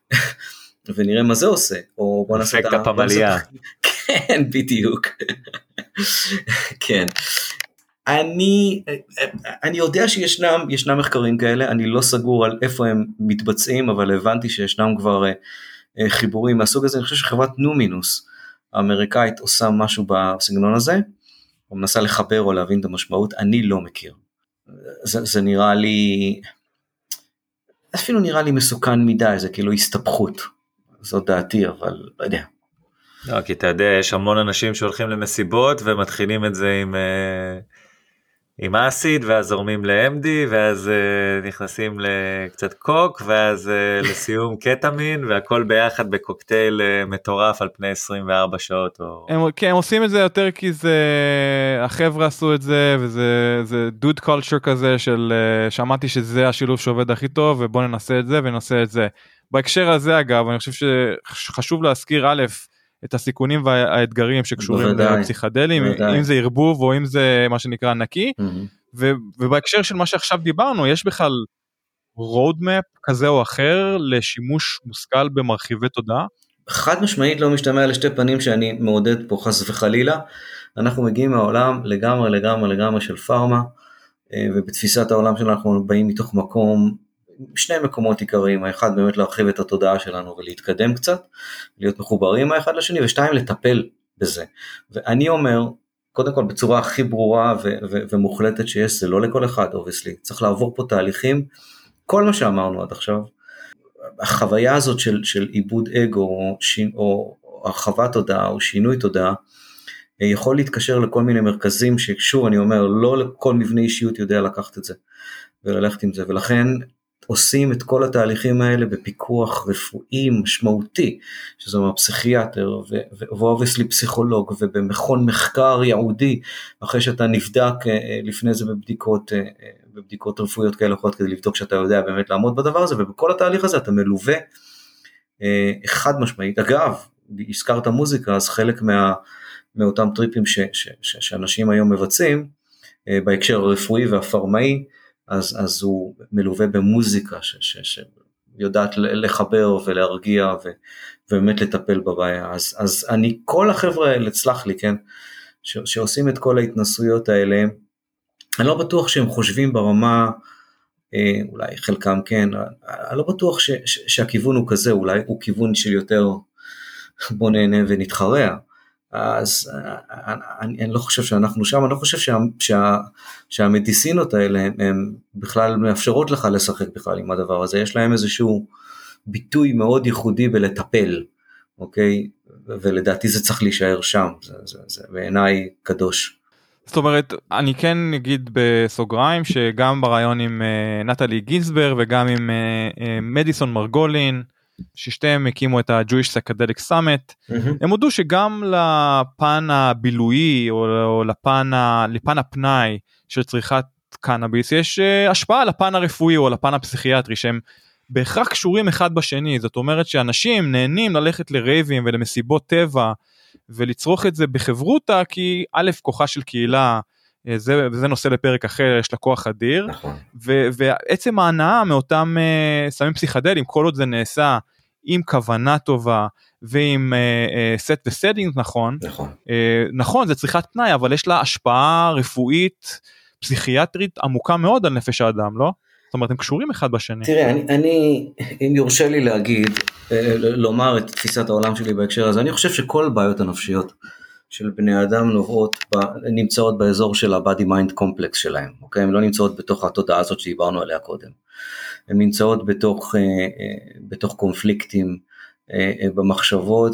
ונראה מה זה עושה, או בוא נעשה אפקט הפמליה. כן, בדיוק. כן. אני יודע שישנם מחקרים כאלה, אני לא סגור על איפה הם מתבצעים, אבל הבנתי שישנם כבר חיבורים מהסוג הזה. אני חושב שחברת נומינוס האמריקאית עושה משהו בסגנון הזה, או מנסה לחבר או להבין את המשמעות, אני לא מכיר. זה נראה לי, אפילו נראה לי מסוכן מדי, זה כאילו הסתבכות, זאת דעתי, אבל לא יודע. לא, כי אתה יודע, יש המון אנשים שהולכים למסיבות, ומתחילים את זה עם אסיד, ואז זורמים ל-MD, ואז נכנסים לקצת קוק, ואז לסיום קטמין, והכל ביחד בקוקטייל מטורף על פני 24 שעות. כן, הם עושים את זה יותר כי החבר'ה עשו את זה, וזה דוד קולצ'ר כזה, שמעתי שזה השילוב שעובד הכי טוב, ובוא ננסה את זה וננסה את זה. בהקשר הזה אגב, אני חושב שחשוב להזכיר א', את הסיכונים והאתגרים שקשורים לפסיכדלים, אם זה ערבוב או אם זה מה שנקרא נקי, ובהקשר של מה שעכשיו דיברנו, יש בכלל רודמפ כזה או אחר לשימוש מושכל במרחיבי תודעה? חד משמעית לא משתמע לשתי פנים שאני מעודד פה חס וחלילה, אנחנו מגיעים מהעולם לגמרי של פארמה, ובתפיסת העולם שלנו אנחנו באים מתוך שני מקומות עיקריים, האחד באמת להרחיב את התודעה שלנו ולהתקדם קצת, להיות מחוברים האחד לשני, ושתיים לטפל בזה. ואני אומר, קודם כל בצורה הכי ברורה ומוחלטת שיש, זה לא לכל אחד, obviously, צריך לעבור פה תהליכים, כל מה שאמרנו עד עכשיו, החוויה הזאת של עיבוד אגו, או הרחבת תודעה, או שינוי תודעה, יכול להתקשר לכל מיני מרכזים, ששוב אני אומר, לא לכל מבנה אישיות יודע לקחת את זה, וללכת עם זה, ולכן, עושים את כל התהליכים האלה בפיקוח רפואי משמעותי, שזה אומר פסיכיאטר ואובייסלי פסיכולוג, ובמכון מחקר ייעודי, אחרי שאתה נבדק לפני זה בבדיקות רפואיות כאלה אחרות, כדי לבדוק שאתה יודע באמת לעמוד בדבר הזה, ובכל התהליך הזה אתה מלווה חד משמעית. אגב, הזכרת מוזיקה, אז חלק מאותם טריפים שאנשים היום מבצעים, בהקשר הרפואי והפרמאי, אז הוא מלווה במוזיקה שיודעת לחבר ולהרגיע ובאמת לטפל בבעיה. אז כל החבר'ה האלה, צלח לי, כן, שעושים את כל ההתנסויות האלה, אני לא בטוח שהם חושבים ברמה, אולי חלקם כן, אני לא בטוח שהכיוון הוא כזה, אולי הוא כיוון של יותר בוא נהנה ונתחרע, אז אני לא חושב שאנחנו שם, אני לא חושב שהמדיסינות האלה הן בכלל מאפשרות לך לשחק בכלל עם הדבר הזה, יש להם איזשהו ביטוי מאוד ייחודי בלטפל, אוקיי? ולדעתי זה צריך להישאר שם, זה בעיניי קדוש. זאת אומרת, אני כן אגיד בסוגריים, שגם ברעיון עם נטלי גינסברג וגם עם מדיסון מרגולין, ששתיהם הקימו את ה-Jewish Psychedelic Summit, הם הודו שגם לפן הבילויי או לפן הפנאי של צריכת קנאביס, יש השפעה לפן הרפואי או לפן הפסיכיאטרי, שהם בהכרח קשורים אחד בשני. זאת אומרת שאנשים נהנים ללכת לרייבים ולמסיבות טבע, ולצרוך את זה בחברותה, כי א', כוחה של קהילה, זה נושא לפרק אחר, יש לה כוח אדיר, נכון. ועצם ההנאה מאותם סמים פסיכדליים, כל עוד זה נעשה עם כוונה טובה, ועם סט וסטינג נכון, נכון, זה צריכת פנאי, אבל יש לה השפעה רפואית, פסיכיאטרית עמוקה מאוד על נפש האדם, לא? זאת אומרת, הם קשורים אחד בשני. תראה, אם יורשה לי להגיד, לומר את תפיסת העולם שלי בהקשר הזה, אני חושב שכל בעיות הנפשיות של בני אדם נמצאות באזור של ה-body mind complex שלהם, אוקיי? הן לא נמצאות בתוך התודעה הזאת שדיברנו עליה קודם. הן נמצאות בתוך קונפליקטים במחשבות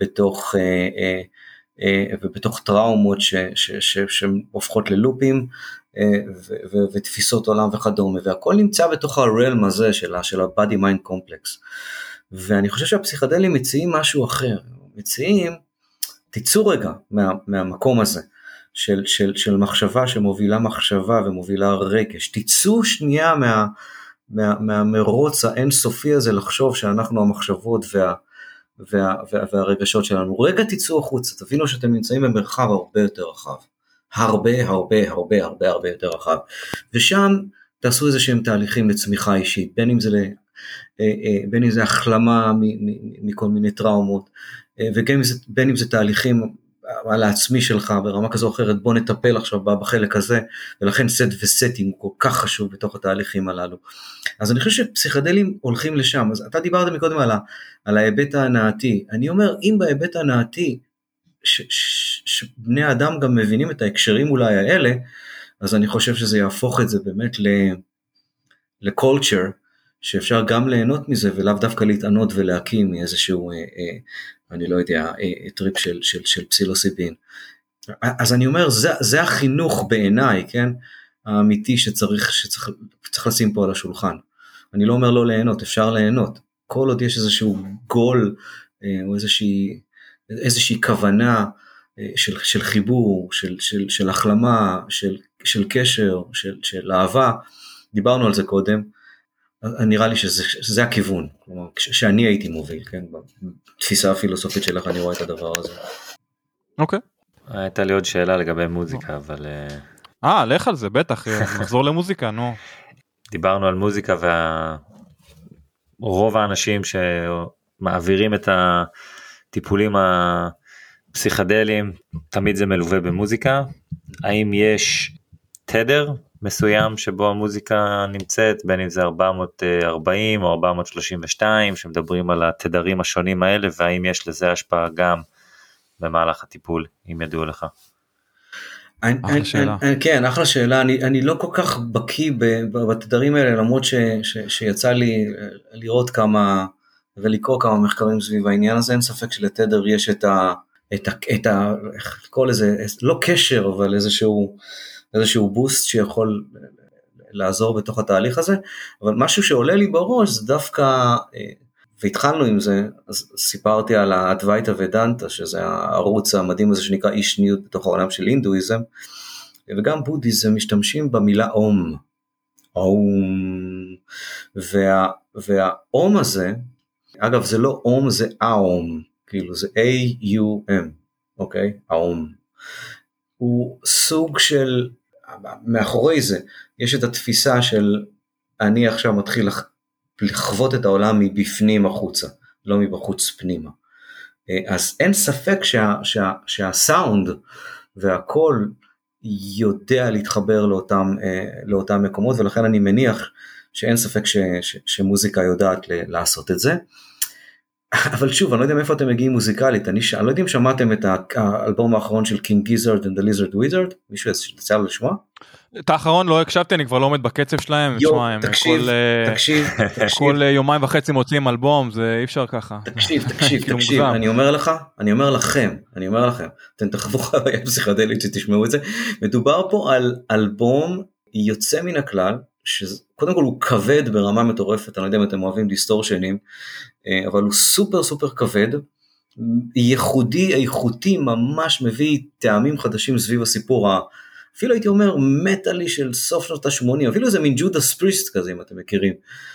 ובתוך טראומות שהופכות ללופים ותפיסות עולם וכדומה, והכל נמצא בתוך הרלם הזה של ה-body mind complex. ואני חושב שהפסיכדלים מציעים משהו אחר, מציעים, תיצאו רגע מהמקום הזה של מחשבה שמובילה מחשבה ומובילה רגש, תיצאו שנייה מהמרוץ האינסופי הזה לחשוב שאנחנו המחשבות והרגשות שלנו, רגע תיצאו החוצה, תבינו שאתם נמצאים במרחב הרבה יותר רחב, הרבה יותר רחב, ושם תעשו איזה שהם תהליכים לצמיחה אישית, בין אם זה החלמה מכל מיני טראומות, ובין אם זה תהליכים על העצמי שלך ברמה כזו או אחרת, בוא נטפל עכשיו בחלק הזה, ולכן סט וסטינג הוא כל כך חשוב בתוך התהליכים הללו. אז אני חושב שפסיכדלים הולכים לשם, אז אתה דיברת מקודם על ההיבט ההנאתי, אני אומר, אם בהיבט ההנאתי, שבני האדם גם מבינים את ההקשרים אולי האלה, אז אני חושב שזה יהפוך את זה באמת לקולצ'ר, שאפשר גם ליהנות מזה, ולאו דווקא להתענות ולהקים מאיזשהו, אני לא יודע, טריפ של פסילוסיבין. אז אני אומר, זה החינוך בעיניי, כן? האמיתי שצריך לשים פה על השולחן. אני לא אומר לא ליהנות, אפשר ליהנות. כל עוד יש איזשהו גול, או איזושהי כוונה של חיבור, של החלמה, של קשר, של אהבה, דיברנו על זה קודם, נראה לי שזה הכיוון, כלומר, שאני הייתי מוביל, כן? בתפיסה הפילוסופית שלך אני רואה את הדבר הזה. אוקיי. הייתה לי עוד שאלה לגבי מוזיקה, אבל... לך על זה, בטח, נחזור למוזיקה, נו. דיברנו על מוזיקה, ורוב האנשים שמעבירים את הטיפולים הפסיכדליים, תמיד זה מלווה במוזיקה. האם יש תדר מסוים שבו המוזיקה נמצאת, בין אם זה 440 או 432, שמדברים על התדרים השונים האלה, והאם יש לזה השפעה גם במהלך הטיפול, אם ידעו לך? אחלה שאלה. כן, אחלה שאלה. אני לא כל כך בקיא בתדרים האלה, למרות שיצא לי לראות כמה ולקרוא כמה מחקרים סביב העניין הזה. אין ספק שלתדר יש את ה כל איזה, לא קשר, אבל איזשהו בוסט שיכול לעזור בתוך התהליך הזה. אבל משהו שעולה לי בראש זה דווקא, והתחלנו עם זה, אז סיפרתי על האדווייתא ודנטה, שזה הערוץ המדהים הזה שנקרא אישניות בתוך העולם של הינדואיזם, וגם בודהיזם משתמשים במילה אום. והאום הזה, אגב זה לא אום, זה אום, כאילו זה A-U-M, אוקיי? האום. הוא סוג של, מאחורי זה, יש את התפיסה של, אני עכשיו מתחיל לחוות את העולם מבפנים החוצה, לא מבחוץ פנימה. אז אין ספק שהסאונד והקול יודע להתחבר לאותם מקומות, ולכן אני מניח שאין ספק שמוזיקה יודעת לעשות את זה. אבל שוב, אני לא יודע מאיפה אתם מגיעים מוזיקלית, אני לא יודע אם שמעתם את האלבום האחרון של King Gizzard and the Lizard Wizard, מישהו יצא לו לשמוע? את האחרון לא הקשבתי, אני כבר לא עומד בקצב שלהם, תקשיב, כל יומיים וחצי מוצאים אלבום, זה אי אפשר ככה. תקשיב, אני אומר לכם, אתם תחוו חוויה פסיכדלית שתשמעו את זה, מדובר פה על אלבום יוצא מן הכלל, שקודם כל הוא כבד ברמה מטורפת, אני לא יודע אם אתם אוהבים דיסטורשנים, אבל הוא סופר סופר כבד, ייחודי, איכותי, ממש מביא טעמים חדשים סביב הסיפור, אפילו הייתי אומר מטלי של סוף שנות ה-80, אפילו זה מין ג'ודס פריסט כזה אם אתם מכירים,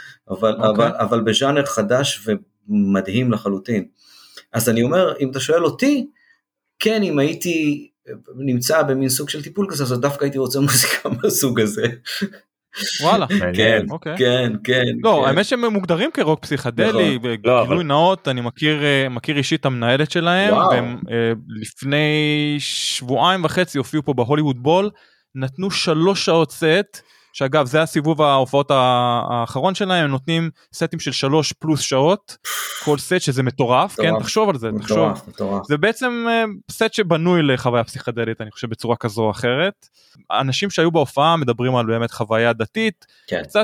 אבל בז'אנר חדש ומדהים לחלוטין. אז אני אומר, אם אתה שואל אותי, כן, אם הייתי נמצא במין סוג של טיפול כזה, אז דווקא הייתי רוצה מוזיקה מהסוג הזה. וואלה. כן. לא, האמת שהם מוגדרים כרוק פסיכדלי, בגילוי נאות, אני מכיר אישית המנהלת שלהם, והם לפני 2.5 שבועות הופיעו פה בהוליווד בול, נתנו 3 שעות סט, שאגב זה הסיבוב ההופעות האחרון שלהם, הם נותנים סטים של 3 פלוס שעות, כל סט שזה מטורף, כן, תחשוב על זה, תחשוב. זה בעצם סט שבנוי לחוויה פסיכדלית, אני חושב בצורה כזו או אחרת. אנשים שהיו בהופעה מדברים על באמת חוויה דתית, קצת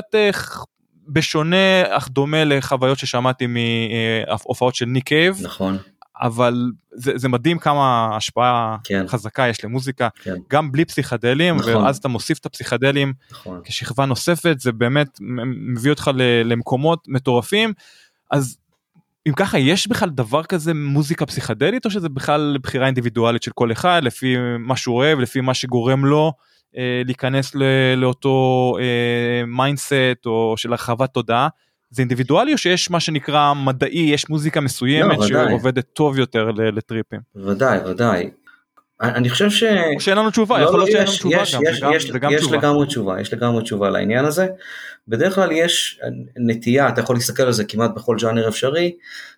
בשונה אך דומה לחוויות ששמעתי מהופעות של ניק קייב. נכון. אבל זה מדהים כמה השפעה חזקה יש למוזיקה, גם בלי פסיכדלים, ואז אתה מוסיף את הפסיכדלים כשכבה נוספת, זה באמת מביא אותך למקומות מטורפים. אז אם ככה, יש בכלל דבר כזה מוזיקה פסיכדלית, או שזה בכלל בחירה אינדיבידואלית של כל אחד, לפי מה שהוא אוהב, לפי מה שגורם לו להיכנס לאותו מיינדסט, או של הרחבת תודעה? זה אינדיבידואלי או שיש מה שנקרא מדעי, יש מוזיקה מסוימת שעובדת טוב יותר לטריפים? ודאי. אני חושב או שאין לנו תשובה, יכול להיות שאין לנו תשובה גם, יש לגמרי תשובה לעניין הזה. בדרך כלל יש נטייה, אתה יכול להסתכל על זה כמעט בכל ז'אנר אפשרי,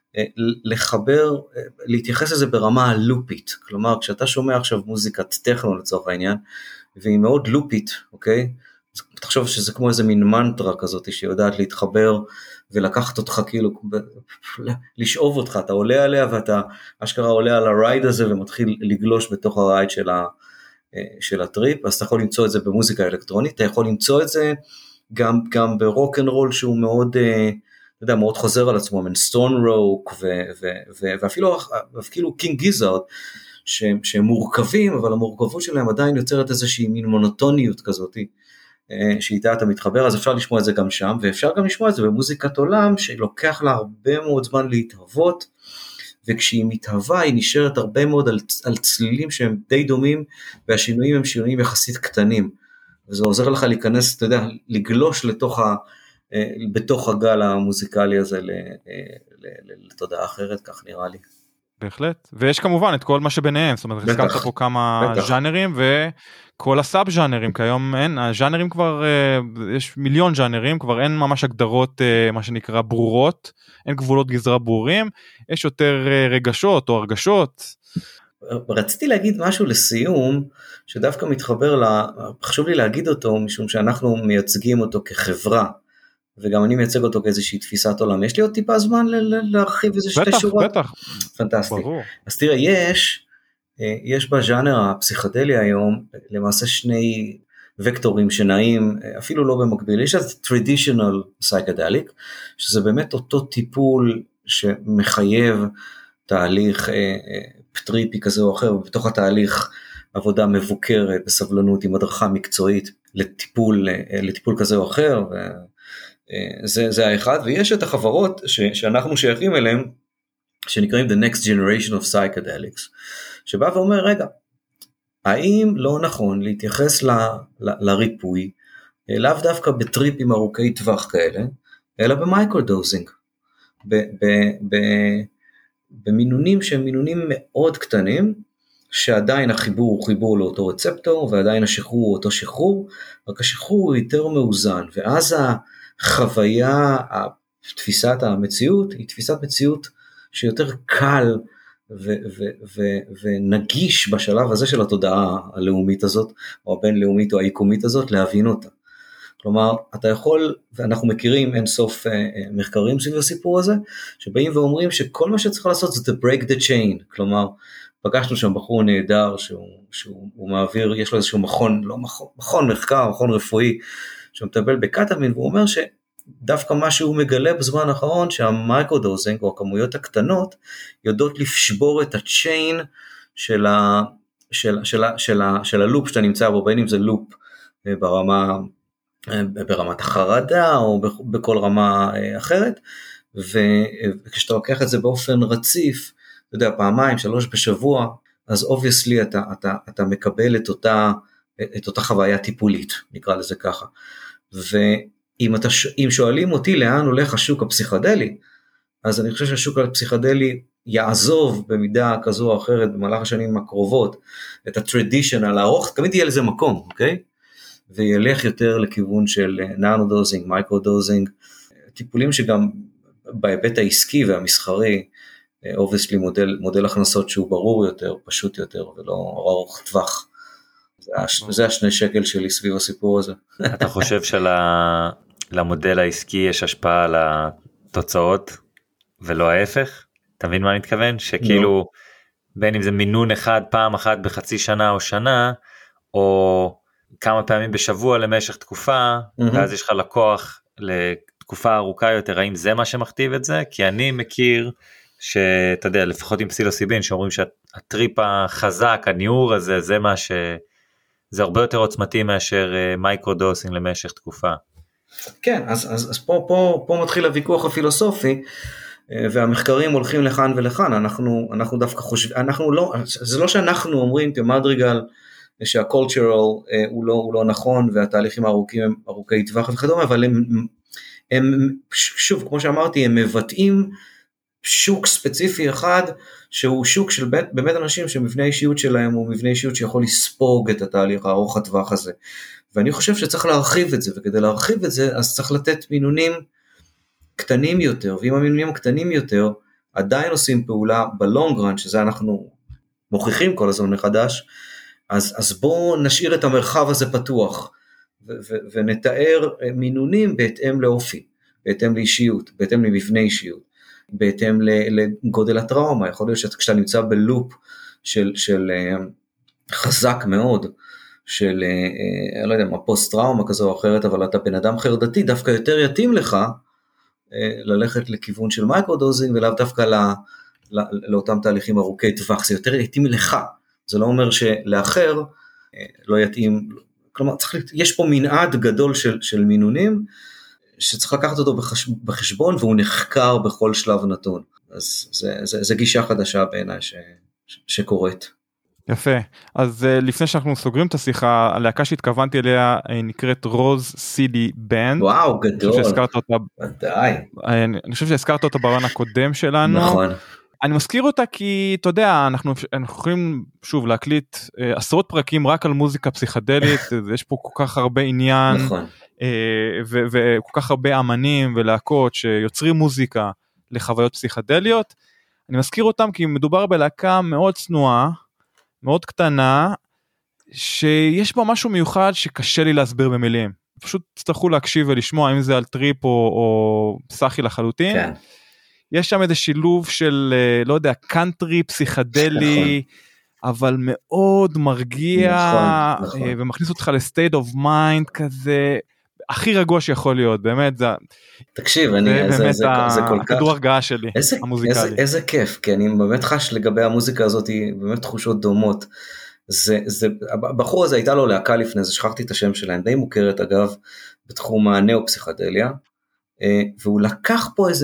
לחבר, להתייחס לזה ברמה הלופית, כלומר כשאתה שומע עכשיו מוזיקת טכנו לצורך העניין, והיא מאוד לופית, אוקיי? תחשוב שזה כמו איזה מין מנטרה כזאת שיודעת להתחבר ולקחת אותך כאילו, לשאוב אותך, אתה עולה עליה ואתה אשכרה עולה על הרייד הזה ומתחיל לגלוש בתוך הרייד של הטריפ, אז אתה יכול למצוא את זה במוזיקה אלקטרונית, אתה יכול למצוא את זה גם ברוק אנד רול שהוא מאוד, אתה יודע, מאוד חוזר על עצמו, מן סטון רוק ואפילו קינג גיזארד, שהם מורכבים, אבל המורכבות שלהם עדיין יוצרת איזושהי מין מונוטוניות כזאת, שאיתה אתה מתחבר, אז אפשר לשמוע את זה גם שם, ואפשר גם לשמוע את זה במוזיקת עולם, שלוקח לה הרבה מאוד זמן להתהוות, וכשהיא מתהווה, היא נשארת הרבה מאוד על צלילים שהם די דומים, והשינויים הם שינויים יחסית קטנים, וזה עוזר לך להיכנס, אתה יודע, לגלוש בתוך הגל המוזיקלי הזה, לתודעה אחרת, כך נראה לי. בהחלט, ויש כמובן את כל מה שביניהם, זאת אומרת, הזכרת פה כמה ז'אנרים, וכל הסאב ז'אנרים, כיום אין, הז'אנרים כבר, יש מיליון ז'אנרים, כבר אין ממש הגדרות, מה שנקרא ברורות, אין גבולות גזרה ברורים, יש יותר רגשות או הרגשות. רציתי להגיד משהו לסיום, שדווקא מתחבר, חשוב לי להגיד אותו, משום שאנחנו מייצגים אותו כחברה, וגם אני מייצג אותו כאיזושהי תפיסת עולם. יש לי עוד טיפה זמן להרחיב איזה שתי שורות? בטח, פנטסטי. ברור. אז תראה, יש בז'אנר הפסיכדלי היום, למעשה שני וקטורים שנעים, אפילו לא במקביל. יש את traditional psychedelic, שזה באמת אותו טיפול שמחייב תהליך טריפי כזה או אחר, ובתוך התהליך עבודה מבוקרת, בסבלנות, עם הדרכה מקצועית, לטיפול כזה או אחר, זה האחד, ויש את החברות שאנחנו שייכים אליהם, שנקראים The Next Generation of Psychedelics, שבא ואומר, רגע, האם לא נכון להתייחס לריפוי, לאו דווקא בטריפים ארוכי טווח כאלה, אלא במייקרודוזינג, במינונים שהם מינונים מאוד קטנים, שעדיין החיבור הוא חיבור לאותו רצפטור, ועדיין השחרור הוא אותו שחרור, רק השחרור הוא יותר מאוזן, ואז החוויה, תפיסת המציאות, היא תפיסת מציאות שיותר קל ונגיש בשלב הזה של התודעה הלאומית הזאת, או הבינלאומית או היקומית הזאת, להבין אותה. כלומר, אתה יכול, ואנחנו מכירים אין סוף מחקרים סביב הסיפור הזה, שבאים ואומרים שכל מה שצריך לעשות זה to break the chain, כלומר, פגשנו שם בחור נהדר, שהוא מעביר, יש לו איזשהו מכון מחקר, מכון רפואי, שמטפל בקטמין, והוא אומר שדווקא מה שהוא מגלה בזמן האחרון, שהמייקרודוזינג, או הכמויות הקטנות, יודעות לשבור את הצ'יין של הלופ שאתה נמצא בו, בין אם זה לופ ברמת החרדה, או בכל רמה אחרת, וכשאתה לוקח את זה באופן רציף, אתה יודע, 2-3 בשבוע, אז obviously אתה מקבל את אותה חוויה טיפולית, נקרא לזה ככה. ואם שואלים אותי לאן הולך השוק הפסיכדלי, אז אני חושב שהשוק הפסיכדלי יעזוב במידה כזו או אחרת במהלך השנים הקרובות, את הטרדישנל הארוך, תמיד יהיה לזה מקום, אוקיי? וילך יותר לכיוון של ננו-דוזינג, מייקרו-דוזינג, טיפולים שגם בהיבט העסקי והמסחרי, obviously מודל הכנסות שהוא ברור יותר, פשוט יותר, ולא ארוך טווח. זה השני שקל שלי סביב הסיפור הזה. אתה חושב שלמודל העסקי יש השפעה על התוצאות, ולא ההפך? אתה מבין מה אני מתכוון? שכאילו, בין אם זה מינון אחד, פעם אחת בחצי שנה או שנה, או כמה פעמים בשבוע למשך תקופה, ואז יש לך לקוח לתקופה ארוכה יותר, האם זה מה שמכתיב את זה? כי אני מכיר שאתה יודע, לפחות עם פסילוסיבין, שאומרים שהטריפ החזק, הניעור הזה, זה מה זה הרבה יותר עוצמתי מאשר מייקרודוסינג למשך תקופה. כן, אז פה מתחיל הוויכוח הפילוסופי, והמחקרים הולכים לכאן ולכאן, אנחנו דווקא חושבים, זה לא שאנחנו אומרים כמדריגל, שהקולטורל הוא לא נכון, והתהליכים הארוכים הם ארוכי טווח וכדומה, אבל הם שוב, כמו שאמרתי, הם מבטאים שוק ספציפי אחד, שהוא שוק של באמת אנשים שמבנה האישיות שלהם, הוא מבנה אישיות שיכול לספוג את התהליך הארוך הטווח הזה, ואני חושב שצריך להרחיב את זה, וכדי להרחיב את זה, אז צריך לתת מינונים קטנים יותר, ואם המינונים הקטנים יותר, עדיין עושים פעולה בלונגרן, שזה אנחנו מוכיחים כל הזמן מחדש, אז בואו נשאיר את המרחב הזה פתוח, ונתאר מינונים בהתאם לאופי, בהתאם לאישיות, בהתאם למבנה אישיות, בהתאם לגודל הטראומה. יכול להיות שכשאתה נמצא בלופ של חזק מאוד, של, לא יודע, פוסט טראומה כזו או אחרת, אבל אתה בן אדם חרדתי, דווקא יותר יתאים לך, ללכת לכיוון של מייקרודוזינג, ולאו דווקא לאותם תהליכים ארוכי טווח, זה יותר יתאים לך, זה לא אומר שלאחר לא יתאים, כלומר, יש פה מנעד גדול של מינונים, שצריך לקחת אותו בחשבון, והוא נחקר בכל שלב נתון. אז זה גישה חדשה בעיניי שקורית. יפה. אז לפני שאנחנו סוגרים את השיחה, הלהקה שהתכוונתי אליה נקראת רוז סיטי בנד. וואו, גדול. ודאי. אני חושב שהזכרת אותה ברעיון הקודם שלנו. נכון. אני מזכיר אותה כי, אתה יודע, אנחנו יכולים שוב להקליט עשרות פרקים רק על מוזיקה פסיכדלית, יש פה כל כך הרבה עניין, נכון. וכל כך הרבה אמנים ולהקות שיוצרים מוזיקה לחוויות פסיכדליות. אני מזכיר אותם כי מדובר בלהקה מאוד צנועה, מאוד קטנה, שיש בה משהו מיוחד שקשה לי להסביר במילים. פשוט תצטרכו להקשיב ולשמוע, אם זה על טריפ או פסחי לחלוטין. כן. יש שם איזה שילוב של, לא יודע, קאנטרי, פסיכדלי, אבל מאוד מרגיע, נכון. ומכניס אותך לסטייט אוף מיינד כזה, הכי רגוע שיכול להיות, באמת, תקשיב, זה הכדור הרגעה שלי, המוזיקלי. איזה כיף, כי אני באמת חש לגבי המוזיקה הזאת, באמת תחושות דומות. הבחור הזה הייתה לו להקה לפני זה, שכחתי את השם שלהם, די מוכרת אגב, בתחום הנאו-פסיכדליה, והוא לקח פה איזה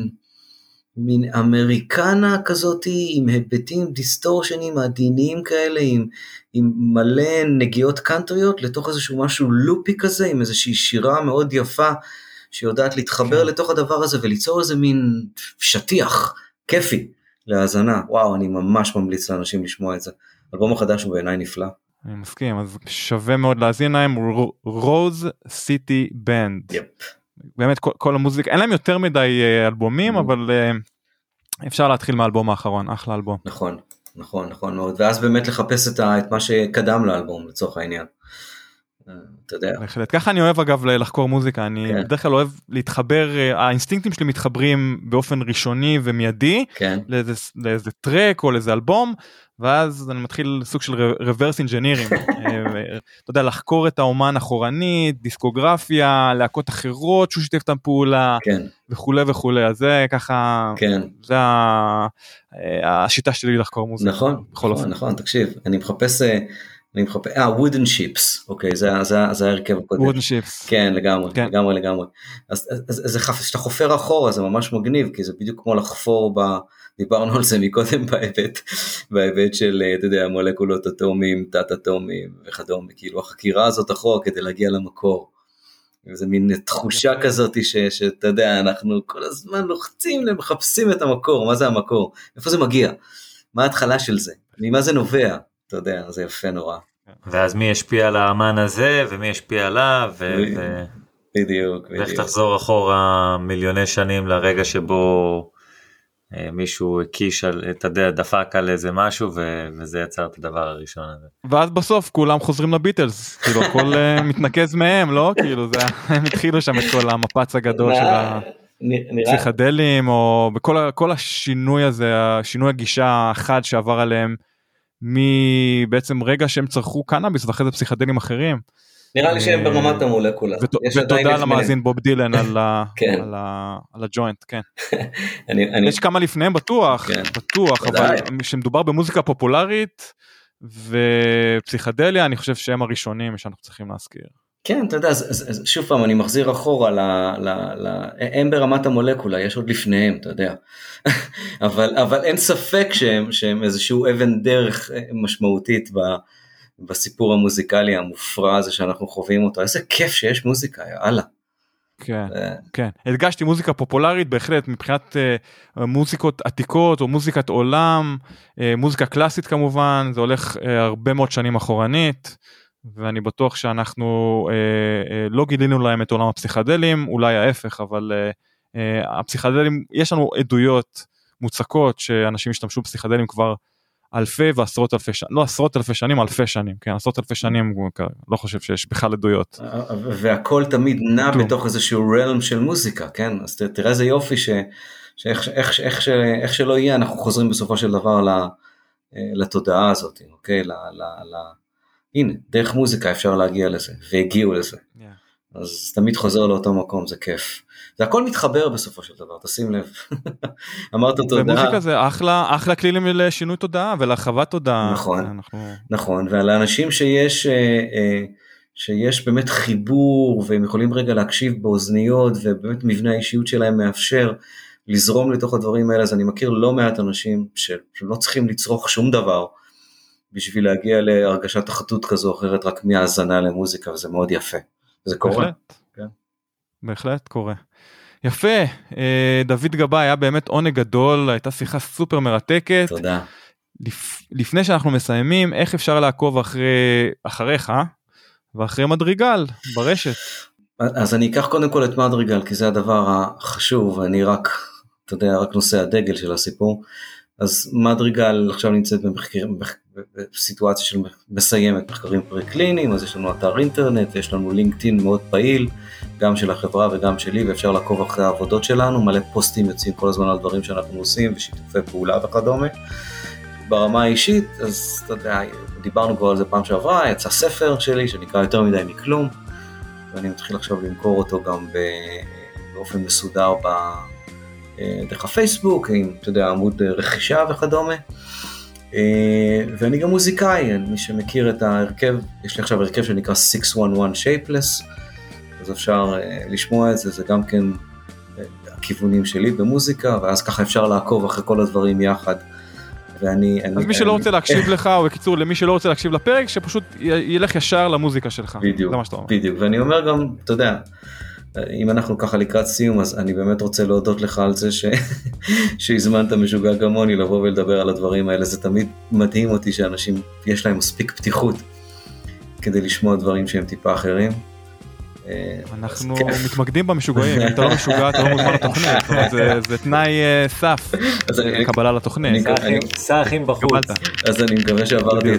מין אמריקנה כזאת, עם היבטים דיסטורשנים עדיניים כאלה, עם מלא נגיעות קאנטריות, לתוך איזשהו משהו לופי כזה, עם איזושהי שירה מאוד יפה, שיודעת להתחבר לתוך הדבר הזה, וליצור איזה מין שטיח, כיפי, להאזנה. וואו, אני ממש ממליץ לאנשים לשמוע את זה. אלבום החדש הוא בעיניי נפלא. אני מסכים, אז שווה מאוד להאזין להם, רוז סיטי בנד. יפ. באמת כל המוזיקה, אין להם יותר מדי אלבומים, אבל אפשר להתחיל מהאלבום האחרון, אחלה אלבום. נכון מאוד, ואז באמת לחפש את מה שקדם לאלבום לצורך העניין. אתה יודע. ככה אני אוהב אגב לחקור מוזיקה, אני בדרך כלל אוהב להתחבר, האינסטינקטים שלי מתחברים באופן ראשוני ומיידי, לאיזה טרק או לאיזה אלבום, ואז אני מתחיל סוג של reverse engineering, אתה יודע, לחקור את האומן אחורנית, דיסקוגרפיה, להקות אחרות שהוא שיתף את הפעולה, וכו' וכו', אז זה ככה, זה השיטה שלי לחקור מוזיקה. נכון, תקשיב, אני מחפש, wooden ships, אוקיי, זה ההרכב הקודם. wooden ships. כן, לגמרי. אז כשאתה חופר אחורה, זה ממש מגניב, כי זה בדיוק כמו לחפור דיברנו על זה מקודם בהיבט של, אתה יודע, מולקולות אטומיים, תת אטומיים וכדומה, כאילו החקירה הזאת אחורה כדי להגיע למקור. זה מין תחושה כזאת שאתה יודע, אנחנו כל הזמן לוחצים, מחפשים את המקור, מה זה המקור? איפה זה מגיע? מה ההתחלה של זה? ממה זה נובע? אתה יודע, זה יפה נורא. ואז מי ישפיע על האמן הזה, ומי ישפיע עליו, בדיוק. ואיך תחזור אחורה מיליוני שנים לרגע שבו מישהו הקיש, אתה יודע, דפק על איזה משהו, וזה יצר את הדבר הראשון הזה. ואז בסוף כולם חוזרים לביטלס, כאילו הכל מתנקז מהם, לא? כאילו הם התחילו שם את כל המפץ הגדול של הפסיכדלים, או בכל השינוי הזה, השינוי הגישה האחד שעבר עליהם, מבעצם רגע שהם צרכו קנאביס, ואחרי זה פסיכדלים אחרים. נראה לי שהם ברמת המולקולה. ותודה למאזין בוב דילן על הג'וינט, כן. יש כמה לפניהם בטוח, אבל כשמדובר במוזיקה פופולרית ופסיכדליה, אני חושב שהם הראשונים שאנחנו צריכים להזכיר. כן, אתה יודע, שוב פעם, אני מחזיר אחורה, הם ברמת המולקולה, יש עוד לפניהם, אתה יודע. אבל אין ספק שהם איזשהו אבן דרך משמעותית בסיפור המוזיקלי המופרע הזה שאנחנו חווים אותו. איזה כיף שיש מוזיקה, יאללה. כן. הדגשתי מוזיקה פופולרית, בהחלט מבחינת מוזיקות עתיקות או מוזיקת עולם, מוזיקה קלאסית כמובן, זה הולך הרבה מאוד שנים אחורנית, ואני בטוח שאנחנו לא גילינו להם את עולם הפסיכדלים, אולי ההפך, אבל הפסיכדלים, יש לנו עדויות מוצקות שאנשים השתמשו בפסיכדלים כבר אלפי ועשרות אלפי שנים, לא עשרות אלפי שנים, אלפי שנים, כן, עשרות אלפי שנים, לא חושב שיש בכלל עדויות. והכל תמיד נע בתוך איזשהו realm של מוזיקה, כן, אז תראה איזה יופי שאיך שלא יהיה, אנחנו חוזרים בסופו של דבר לתודעה הזאת, אוקיי, הנה, דרך מוזיקה אפשר להגיע לזה, והגיעו לזה. אז תמיד חוזר לאותו מקום, זה כיף. זה הכל מתחבר בסופו של דבר, תשים לב. אמרת תודעה. ומוזיקה זה אחלה כלים לשינוי תודעה ולהרחבת תודעה. נכון, ועל האנשים שיש באמת חיבור, והם יכולים רגע להקשיב באוזניות, ובאמת מבנה האישיות שלהם מאפשר לזרום לתוך הדברים האלה. אז אני מכיר לא מעט אנשים שלא צריכים לצרוך שום דבר, בשביל להגיע להרגשת אחדות כזו או אחרת, רק מהאזנה למוזיקה, וזה מאוד יפה. זה קורה. בהחלט, כן. בהחלט קורה. יפה, דוד גבאי, היה באמת עונג גדול, הייתה שיחה סופר מרתקת. תודה. לפני שאנחנו מסיימים, איך אפשר לעקוב אחריך ואחרי מדריגל ברשת? אז אני אקח קודם כל את מדריגל, כי זה הדבר החשוב, ואני רק, אתה יודע, רק נושא הדגל של הסיפור. אז מדריגל עכשיו נמצאת בסיטואציה של מסיימת מחקרים פרקליניים, אז יש לנו אתר אינטרנט, יש לנו לינקדאין מאוד פעיל, גם של החברה וגם שלי, ואפשר לעקוב אחרי העבודות שלנו, מלא פוסטים יוצאים כל הזמן על דברים שאנחנו עושים, ושיתופי פעולה וכדומה. ברמה האישית, אז אתה יודע, דיברנו כבר על זה פעם שעברה, יצא ספר שלי שנקרא יותר מדי מכלום, ואני מתחיל עכשיו למכור אותו גם באופן מסודר דרך הפייסבוק, עם, אתה יודע, עמוד רכישה וכדומה, ואני גם מוזיקאי, מי שמכיר את ההרכב, יש לי עכשיו הרכב שנקרא 611 Shapeless, אז אפשר לשמוע את זה, זה גם כן הכיוונים שלי במוזיקה, ואז ככה אפשר לעקוב אחרי כל הדברים יחד. אז מי שלא רוצה להקשיב לך, או בקיצור למי שלא רוצה להקשיב לפרק, שפשוט ילך ישר למוזיקה שלך. בדיוק, בדיוק, ואני אומר גם, אתה יודע, אם אנחנו ככה לקראת סיום, אז אני באמת רוצה להודות לך על זה שהזמנת משוגע כמוני לבוא ולדבר על הדברים האלה, זה תמיד מדהים אותי שאנשים, יש להם מספיק פתיחות, כדי לשמוע דברים שהם טיפה אחרים. אנחנו מתמקדים במשוגעים, אם אתה לא משוגע, אתה לא מוזמן לתוכנית, זה תנאי סף לקבלה לתוכנית. סאחים בחוץ. אז אני מקווה שעברתי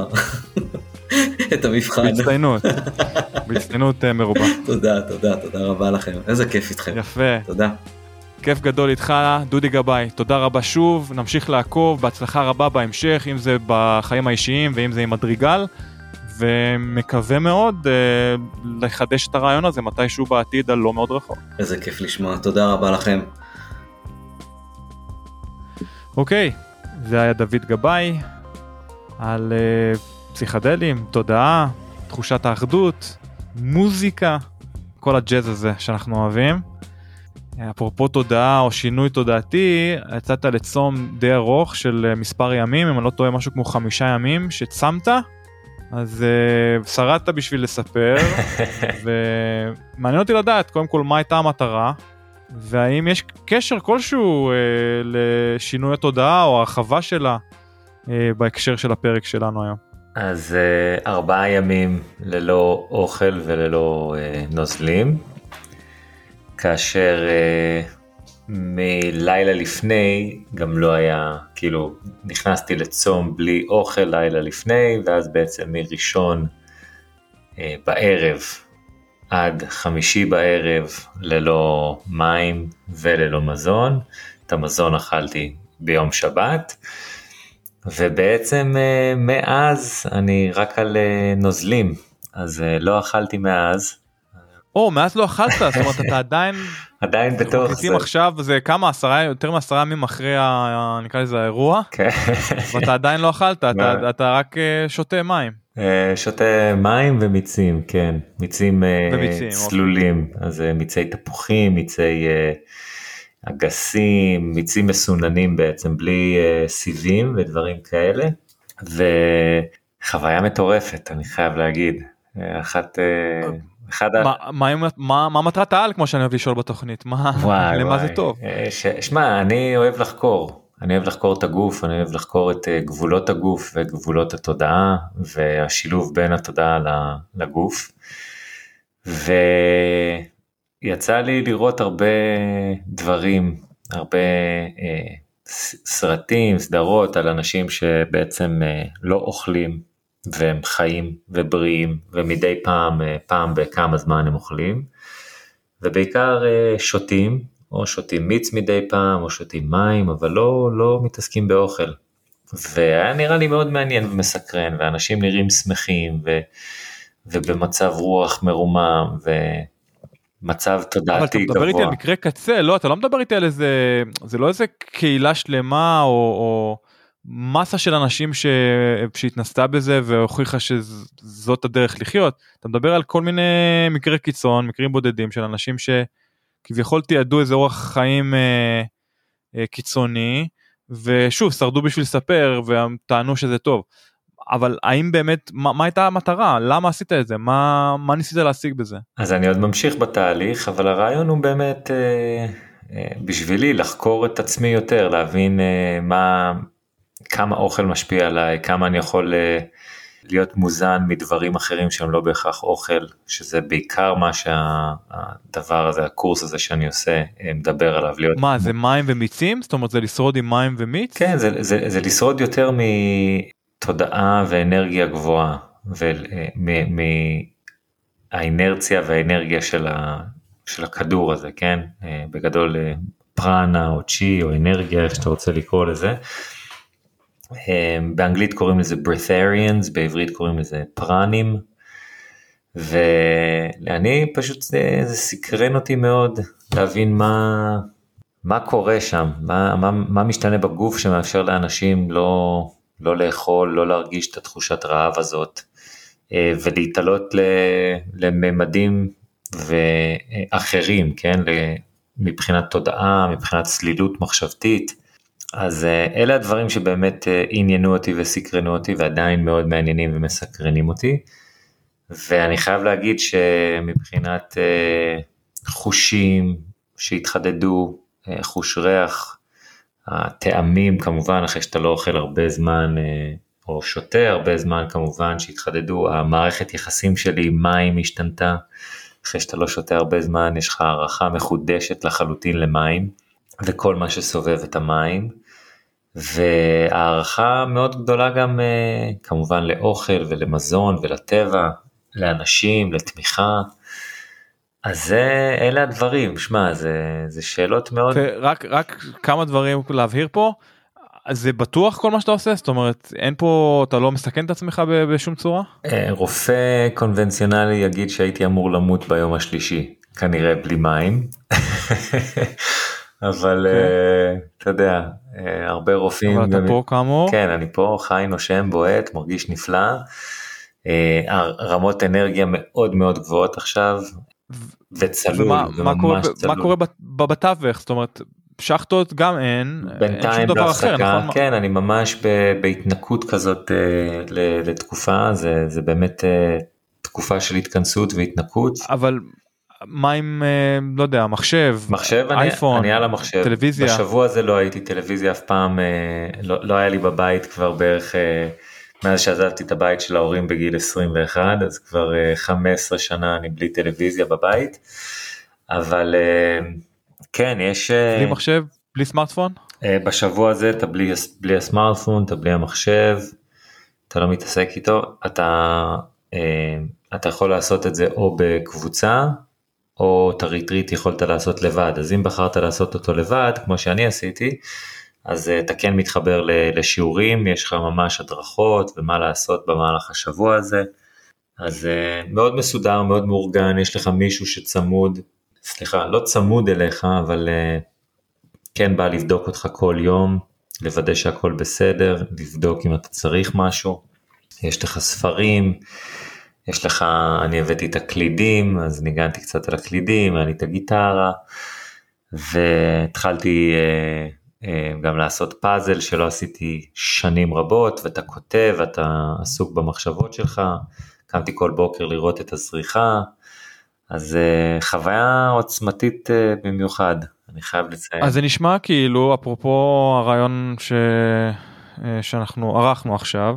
את המבחן. בהצטיינות מרובה. תודה רבה לכם, איזה כיף איתכם. יפה. תודה. כיף גדול איתך, דודי גבאי, תודה רבה שוב, נמשיך לעקוב, בהצלחה רבה בהמשך, אם זה בחיים האישיים ואם זה עם מדריגל, ומקווה מאוד לחדש את הרעיון הזה מתישהו בעתיד על לא מאוד רחוק. איזה כיף לשמוע, תודה רבה לכם. אוקיי, זה היה דוד גבאי על פסיכדלים, תודעה, תחושת האחדות, מוזיקה, כל הג'אז הזה שאנחנו אוהבים. אפרופו תודעה או שינוי תודעתי, יצאת לצום די ארוך של מספר ימים, אם אני לא טועה משהו כמו 5 ימים שצמת, אז שרדת בשביל לספר, ומעניין אותי לדעת קודם כל מה הייתה המטרה, והאם יש קשר כלשהו לשינוי התודעה או הרחבה שלה בהקשר של הפרק שלנו היום. אז 4 ימים ללא אוכל וללא נוזלים, כאשר מלילה לפני גם לא היה, כאילו נכנסתי לצום בלי אוכל לילה לפני, ואז בעצם מראשון בערב עד חמישי בערב ללא מים וללא מזון, את המזון אכלתי ביום שבת, ובעצם מאז אני רק על נוזלים, אז לא אכלתי מאז. מאז לא אכלת, זאת אומרת, אתה עדיין בתוך זה. עכשיו, זה כמה, יותר מ10 ימים אחרי, נקרא לזה האירוע, ואתה עדיין לא אכלת, אתה רק שותה מים. שותה מים ומיצים, כן, מיצים צלולים, אז מיצי תפוחים, מיצי אגסים, מיצים מסוננים בעצם, בלי סיבים ודברים כאלה, וחוויה מטורפת, אני חייב להגיד, מה מטרת העל, כמו שאני אוהב לשאול בתוכנית? למה זה טוב? שמע, אני אוהב לחקור את הגוף, אני אוהב לחקור את גבולות הגוף וגבולות התודעה, והשילוב בין התודעה לגוף, ויצא לי לראות הרבה דברים, הרבה סרטים, סדרות על אנשים שבעצם לא אוכלים, והם חיים ובריאים, ומדי פעם בכמה זמן הם אוכלים, ובעיקר שותים, או שותים מיץ מדי פעם, או שותים מים, אבל לא מתעסקים באוכל. והיה נראה לי מאוד מעניין ומסקרן, ואנשים נראים שמחים, ובמצב רוח מרומם, ומצב תודעתי גבוה. אבל אתה מדבר איתי על מקרה קצה, לא, אתה לא מדבר איתי על איזה, זה לא איזה קהילה שלמה, או מסה של אנשים שהתנסתה בזה והוכיחה שזאת הדרך לחיות. אתה מדבר על כל מיני מקרי קיצון, מקרים בודדים של אנשים שכביכול תיעדו איזה אורח חיים קיצוני, ושוב, שרדו בשביל לספר וטענו שזה טוב. אבל האם באמת, מה הייתה המטרה? למה עשית את זה? מה ניסית להשיג בזה? אז אני עוד ממשיך בתהליך, אבל הרעיון הוא באמת בשבילי לחקור את עצמי יותר, להבין כמה אוכל משפיע עליי, כמה אני יכול להיות מוזן מדברים אחרים שהם לא בהכרח אוכל, שזה בעיקר מה שהדבר הזה, הקורס הזה שאני עושה, מדבר עליו. מה, זה מים ומיצים? זאת אומרת, זה לשרוד עם מים ומיץ? כן, זה לשרוד יותר מתודעה ואנרגיה גבוהה, מהאינרציה והאנרגיה של הכדור הזה, כן? בגדול פרנה או צ'י או אנרגיה, איך שאתה רוצה לקרוא לזה. באנגלית קוראים לזה breatharians, בעברית קוראים לזה פרנים, ואני פשוט, זה סקרן אותי מאוד להבין מה קורה שם, מה משתנה בגוף שמאפשר לאנשים לא לאכול, לא להרגיש את התחושת רעב הזאת, ולהתעלות לממדים ואחרים, כן? מבחינת תודעה, מבחינת סלילות מחשבתית. אז אלה הדברים שבאמת עניינו אותי וסקרנו אותי, ועדיין מאוד מעניינים ומסקרנים אותי, ואני חייב להגיד שמבחינת חושים שהתחדדו, חוש ריח, הטעמים כמובן, אחרי שאתה לא אוכל הרבה זמן, או שותה הרבה זמן כמובן, שהתחדדו, המערכת יחסים שלי עם מים השתנתה, אחרי שאתה לא שותה הרבה זמן, יש לך הערכה מחודשת לחלוטין למים, וכל מה שסובב את המים, והערכה מאוד גדולה גם כמובן לאוכל ולמזון ולטבע, לאנשים, לתמיכה, אז אלה הדברים, שמע, זה שאלות מאוד... רק כמה דברים להבהיר פה, אז זה בטוח כל מה שאתה עושה? זאת אומרת, אין פה, אתה לא מסכן את עצמך בשום צורה? רופא קונבנציונלי יגיד שהייתי אמור למות ביום השלישי, כנראה בלי מים. אבל אתה יודע, הרבה רופאים... אבל אתה פה כאמור? כן, אני פה, חי, נושם, בועט, מרגיש נפלא. רמות אנרגיה מאוד מאוד גבוהות עכשיו, וצלול. מה קורה בתווך? זאת אומרת, שחטות גם אין שום דבר אחר, נכון? כן, אני ממש בהתנקות כזאת לתקופה, זה באמת תקופה של התכנסות והתנקות. אבל... מה עם, לא יודע, מחשב, אייפון, אני על המחשב, טלוויזיה. בשבוע הזה לא הייתי טלוויזיה אף פעם, לא היה לי בבית כבר בערך, מאז שעזבתי את הבית של ההורים בגיל 21, אז כבר 15 שנה אני בלי טלוויזיה בבית, אבל כן, יש... בלי מחשב, בלי סמארטפון? בשבוע הזה אתה בלי הסמארטפון, אתה בלי המחשב, אתה לא מתעסק איתו, אתה יכול לעשות את זה או בקבוצה, או את הריטריט יכולת לעשות לבד, אז אם בחרת לעשות אותו לבד, כמו שאני עשיתי, אז אתה כן מתחבר לשיעורים, יש לך ממש הדרכות, ומה לעשות במהלך השבוע הזה, אז מאוד מסודר, מאוד מאורגן, יש לך מישהו שצמוד, סליחה, לא צמוד אליך, אבל כן בא לבדוק אותך כל יום, לוודא שהכל בסדר, לבדוק אם אתה צריך משהו, יש לך ספרים, יש לך, אני הבאתי את הקלידים, אז ניגנתי קצת על הקלידים, היה לי את הגיטרה, והתחלתי גם לעשות פאזל שלא עשיתי שנים רבות, ואתה כותב, אתה עסוק במחשבות שלך, קמתי כל בוקר לראות את הזריחה, אז חוויה עוצמתית במיוחד, אני חייב לציין. אז זה נשמע כאילו, אפרופו הרעיון שאנחנו ערכנו עכשיו,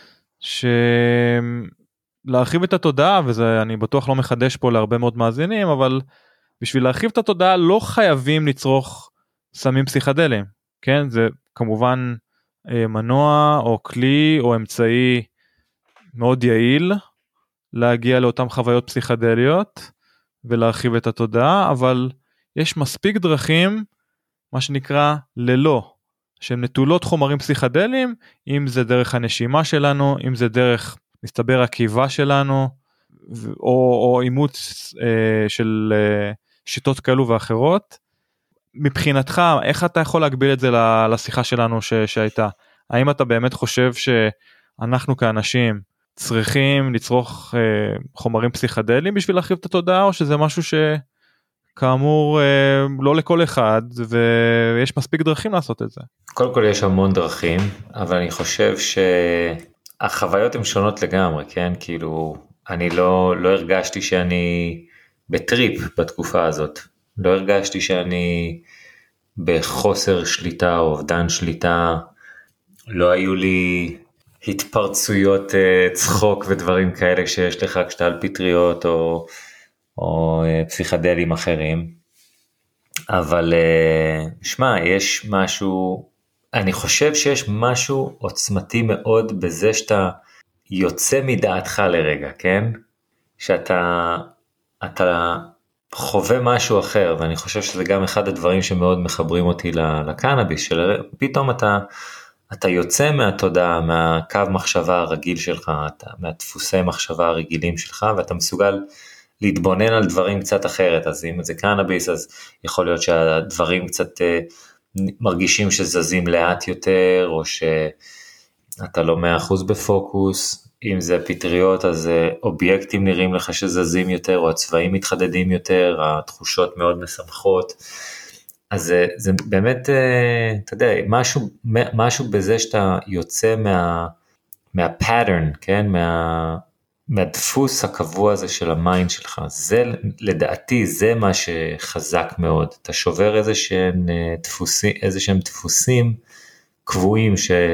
להרחיב את התודעה, וזה אני בטוח לא מחדש פה להרבה מאוד מאזינים, אבל בשביל להרחיב את התודעה לא חייבים לצרוך סמים פסיכדליים, כן? זה כמובן מנוע או כלי או אמצעי מאוד יעיל להגיע לאותן חוויות פסיכדליות ולהרחיב את התודעה, אבל יש מספיק דרכים, מה שנקרא ללא, שהן נטולות חומרים פסיכדליים, אם זה דרך הנשימה שלנו, אם זה דרך מסתבר הקיבה שלנו, או אימוץ של שיטות כאלו ואחרות. מבחינתך, איך אתה יכול להגביל את זה לשיחה שלנו שהייתה? האם אתה באמת חושב שאנחנו כאנשים צריכים לצרוך חומרים פסיכדליים בשביל להרחיב את התודעה, או שזה משהו שכאמור לא לכל אחד, ויש מספיק דרכים לעשות את זה? קודם כל יש המון דרכים, אבל אני חושב שהחוויות הן שונות לגמרי, כן? כאילו, אני לא הרגשתי שאני בטריפ בתקופה הזאת, לא הרגשתי שאני בחוסר שליטה או אובדן שליטה, לא היו לי התפרצויות צחוק ודברים כאלה שיש לך כשאתה על פטריות או פסיכדלים אחרים, אבל שמע, יש משהו, אני חושב שיש משהו עוצמתי מאוד בזה שאתה יוצא מדעתך לרגע, כן? שאתה חווה משהו אחר, ואני חושב שזה גם אחד הדברים שמאוד מחברים אותי לקנאביס, שפתאום אתה יוצא מהתודעה, מהקו מחשבה הרגיל שלך, מהדפוסי מחשבה הרגילים שלך, ואתה מסוגל להתבונן על דברים קצת אחרת. אז אם זה קנאביס, אז יכול להיות שהדברים קצת מרגישים שזזים לאט יותר, או שאתה לא 100% בפוקוס. אם זה פטריות, אז אובייקטים נראים לך שזזים יותר, או הצבעים מתחדדים יותר, התחושות מאוד משמחות. אז זה באמת, אתה יודע, משהו בזה שאתה יוצא מהפאטרן, כן? מהדפוס הקבוע הזה של המיינד שלך. זה, לדעתי, זה מה שחזק מאוד. אתה שובר איזה שהם דפוסים קבועים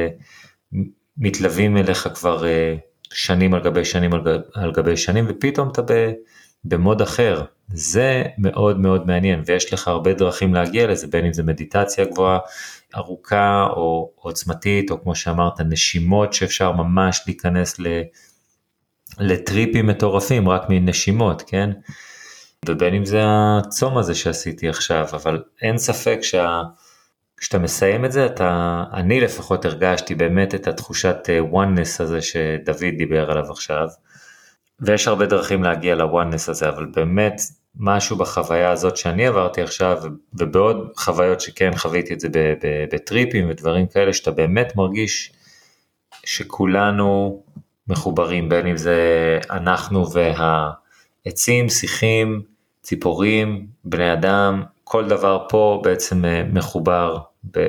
שמתלווים אליך כבר שנים על גבי שנים על גבי שנים, ופתאום אתה במוד אחר. זה מאוד מאוד מעניין, ויש לך הרבה דרכים להגיע לזה, בין אם זה מדיטציה גבוהה, ארוכה או עוצמתית, או כמו שאמרת, נשימות שאפשר ממש להיכנס לטריפים מטורפים, רק מנשימות, כן? ובין אם זה הצום הזה שעשיתי עכשיו, אבל אין ספק כשאתה מסיים את זה, אני לפחות הרגשתי באמת את התחושת oneness הזה שדוד דיבר עליו עכשיו, ויש הרבה דרכים להגיע ל-oneness הזה, אבל באמת משהו בחוויה הזאת שאני עברתי עכשיו, ובעוד חוויות שכן חוויתי את זה בטריפים ודברים כאלה, שאתה באמת מרגיש שכולנו מחוברים, בין אם זה אנחנו והעצים, שיחים, ציפורים, בני אדם, כל דבר פה בעצם מחובר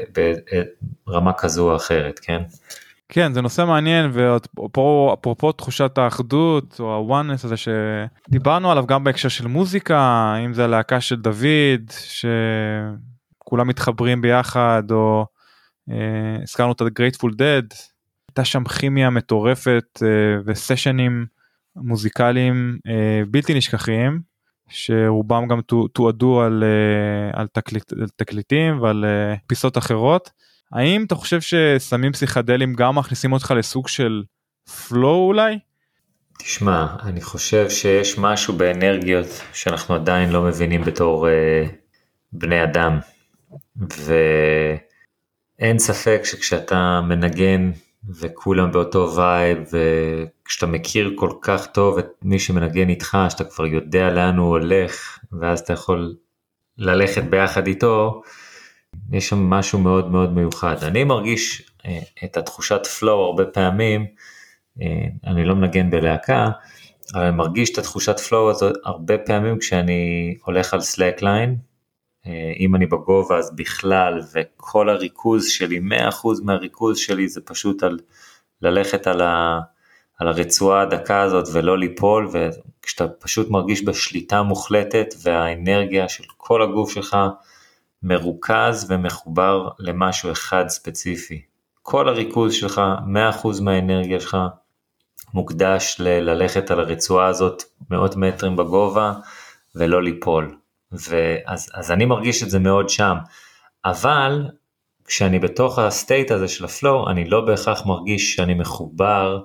ברמה כזו או אחרת, כן? כן, זה נושא מעניין, ואפרופו תחושת האחדות, או הוואנס הזה שדיברנו עליו גם בהקשר של מוזיקה, אם זה הלהקה של דוד, שכולם מתחברים ביחד, או הזכרנו את ה-Grateful Dead, הייתה שם כימיה מטורפת, וסשנים מוזיקליים בלתי נשכחים, שרובם גם תועדו על תקליטים ועל פיסות אחרות. האם אתה חושב שסמים פסיכדלים גם מכניסים אותך לסוג של פלואו אולי? תשמע, אני חושב שיש משהו באנרגיות שאנחנו עדיין לא מבינים בתור בני אדם, ואין ספק שכשאתה מנגן וכולם באותו וייב, וכשאתה מכיר כל כך טוב את מי שמנגן איתך, שאתה כבר יודע לאן הוא הולך, ואז אתה יכול ללכת ביחד איתו, יש שם משהו מאוד מאוד מיוחד. אני מרגיש את התחושת פלואו הרבה פעמים, אני לא מנגן בלהקה, אבל אני מרגיש את התחושת פלואו הזאת הרבה פעמים כשאני הולך על סלאקליין, אם אני בגובה אז בכלל, וכל הריכוז שלי, 100% מהריכוז שלי זה פשוט ללכת על הרצועה הדקה הזאת ולא ליפול, וכשאתה פשוט מרגיש בשליטה מוחלטת, והאנרגיה של כל הגוף שלך מרוכז ומחובר למשהו אחד ספציפי. כל הריכוז שלך, 100% מהאנרגיה שלך, מוקדש ללכת על הרצועה הזאת, 100 מטרים בגובה, ולא ליפול. אז אני מרגיש את זה מאוד שם, אבל כשאני בתוך הסטייט הזה של הפלואו, אני לא בהכרח מרגיש שאני מחובר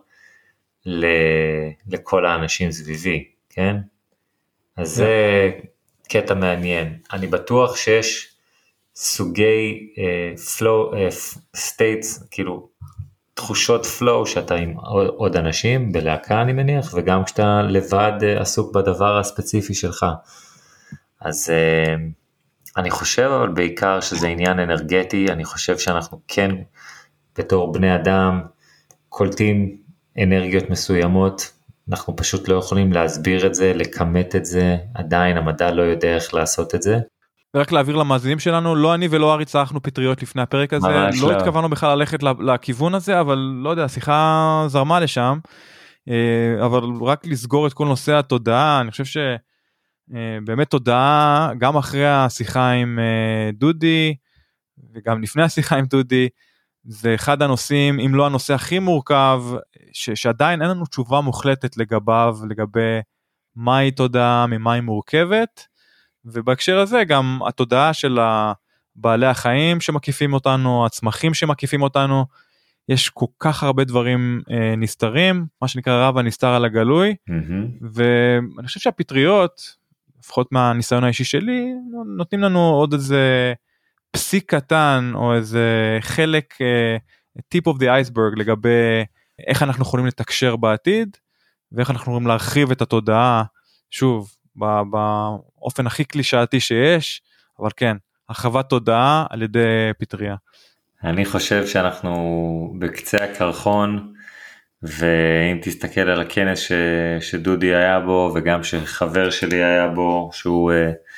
לכל האנשים סביבי, כן? אז זה קטע מעניין. אני בטוח שיש סוגי פלואו, סטייטס, כאילו תחושות פלואו שאתה עם עוד אנשים, בלהקה אני מניח, וגם כשאתה לבד עסוק בדבר הספציפי שלך. אז אני חושב אבל בעיקר שזה עניין אנרגטי, אני חושב שאנחנו כן בתור בני אדם, קולטים אנרגיות מסוימות, אנחנו פשוט לא יכולים להסביר את זה, לכמת את זה, עדיין המדע לא יודע איך לעשות את זה. רק להעביר למאזינים שלנו, לא אני ולא ארי צרכנו פטריות לפני הפרק הזה, לא התכוונו בכלל ללכת לכיוון הזה, אבל לא יודע, השיחה זרמה לשם, אבל רק לסגור את כל נושא התודעה, אני חושב שבאמת תודעה, גם אחרי השיחה עם דודי, וגם לפני השיחה עם דודי, זה אחד הנושאים, אם לא הנושא הכי מורכב, שעדיין אין לנו תשובה מוחלטת לגביו, לגבי מהי תודעה, ממה היא מורכבת, ובהקשר הזה גם התודעה של בעלי החיים שמקיפים אותנו, הצמחים שמקיפים אותנו, יש כל כך הרבה דברים נסתרים, מה שנקרא רב הנסתר על הגלוי, ואני חושב שהפטריות, לפחות מהניסיון האישי שלי, נותנים לנו עוד איזה פסיק קטן, או איזה חלק, tip of the iceberg, לגבי איך אנחנו יכולים לתקשר בעתיד, ואיך אנחנו יכולים להרחיב את התודעה, שוב, באופן הכי קלישאתי שיש, אבל כן, הרחבת תודעה על ידי פטריה. אני חושב שאנחנו בקצה הקרחון, ואם תסתכל על הכנס שדודי היה בו, וגם שחבר שלי היה בו, שהוא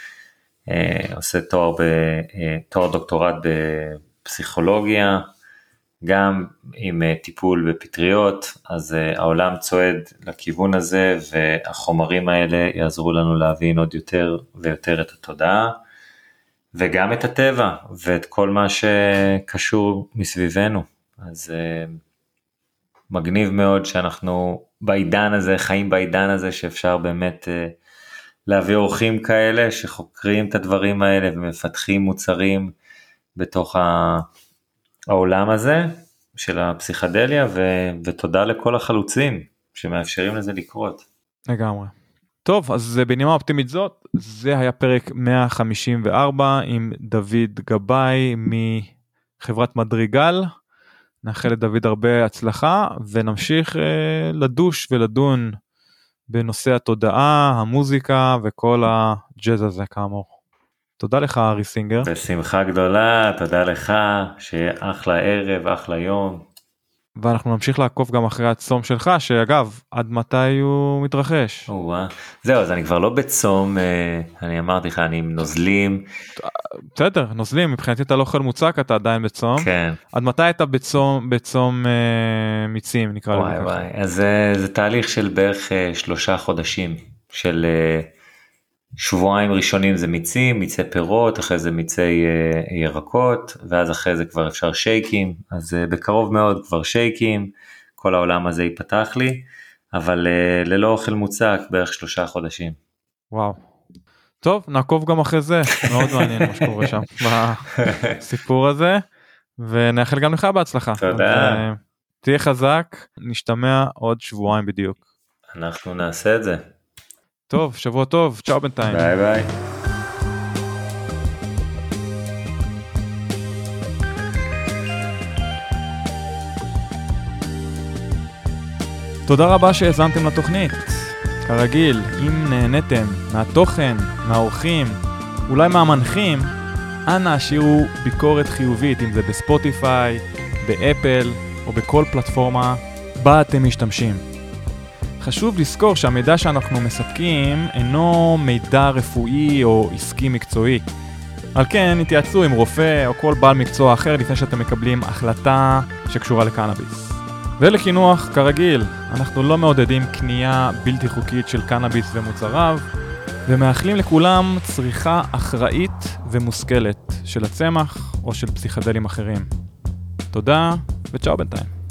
עושה תואר דוקטורט בפסיכולוגיה, גם עם טיפול בפטריות, אז העולם צועד לכיוון הזה, והחומרים האלה יעזרו לנו להבין עוד יותר ויותר את התודעה, וגם את הטבע, ואת כל מה שקשור מסביבנו. אז מגניב מאוד שאנחנו בעידן הזה, חיים בעידן הזה, שאפשר באמת להביא אורחים כאלה, שחוקרים את הדברים האלה, ומפתחים מוצרים בתוך העולם הזה, של הפסיכדליה, ותודה לכל החלוצים, שמאפשרים לזה לקרות. לגמרי. טוב, אז בנימה אופטימית זאת, זה היה פרק 154 עם דוד גבאי מחברת מדריגל. נאחל לדוד הרבה הצלחה, ונמשיך לדוש ולדון בנושא התודעה, המוזיקה וכל הג'אז הזה כאמור. תודה לך ארי סינגר. בשמחה גדולה, תודה לך, שיהיה אחלה ערב, אחלה יום. ואנחנו נמשיך לעקוב גם אחרי הצום שלך, שאגב, עד מתי הוא מתרחש? זהו, אז אני כבר לא בצום, אני אמרתי לך, אני עם נוזלים. בסדר, נוזלים, מבחינתי אתה לא אוכל מוצק, אתה עדיין בצום. כן. עד מתי אתה בצום מיצים, נקרא לזה ככה? וואי, אז זה תהליך של בערך 3 חודשים, של שבועיים ראשונים זה מיצים, מיצי פירות, אחרי זה מיצי ירקות, ואז אחרי זה כבר אפשר שייקים, אז בקרוב מאוד כבר שייקים, כל העולם הזה ייפתח לי, אבל ללא אוכל מוצק בערך 3 חודשים. וואו. טוב, נעקוב גם אחרי זה, מאוד מעניין מה שקורה שם בסיפור הזה, ונאחל גם לך בהצלחה. תודה. תהיה חזק, נשתמע עוד שבועיים בדיוק. אנחנו נעשה את זה. טוב, שבוע טוב, צ'או בינתיים. ביי ביי. תודה רבה שהאזנתם לתוכנית. כרגיל, אם נהניתם מהתוכן, מהאורחים, אולי מהמנחים, אנא השאירו ביקורת חיובית, אם זה בספוטיפיי, באפל או בכל פלטפורמה בה אתם משתמשים. חשוב לזכור שהמידע שאנחנו מספקים אינו מידע רפואי או עסקי מקצועי. על כן, התייעצו עם רופא או כל בעל מקצוע אחר לפני שאתם מקבלים החלטה שקשורה לקנאביס. ולחינוך, כרגיל, אנחנו לא מעודדים קנייה בלתי חוקית של קנאביס ומוצריו, ומאחלים לכולם צריכה אחראית ומושכלת של הצמח או של פסיכדלים אחרים. תודה וצ'או בינתיים.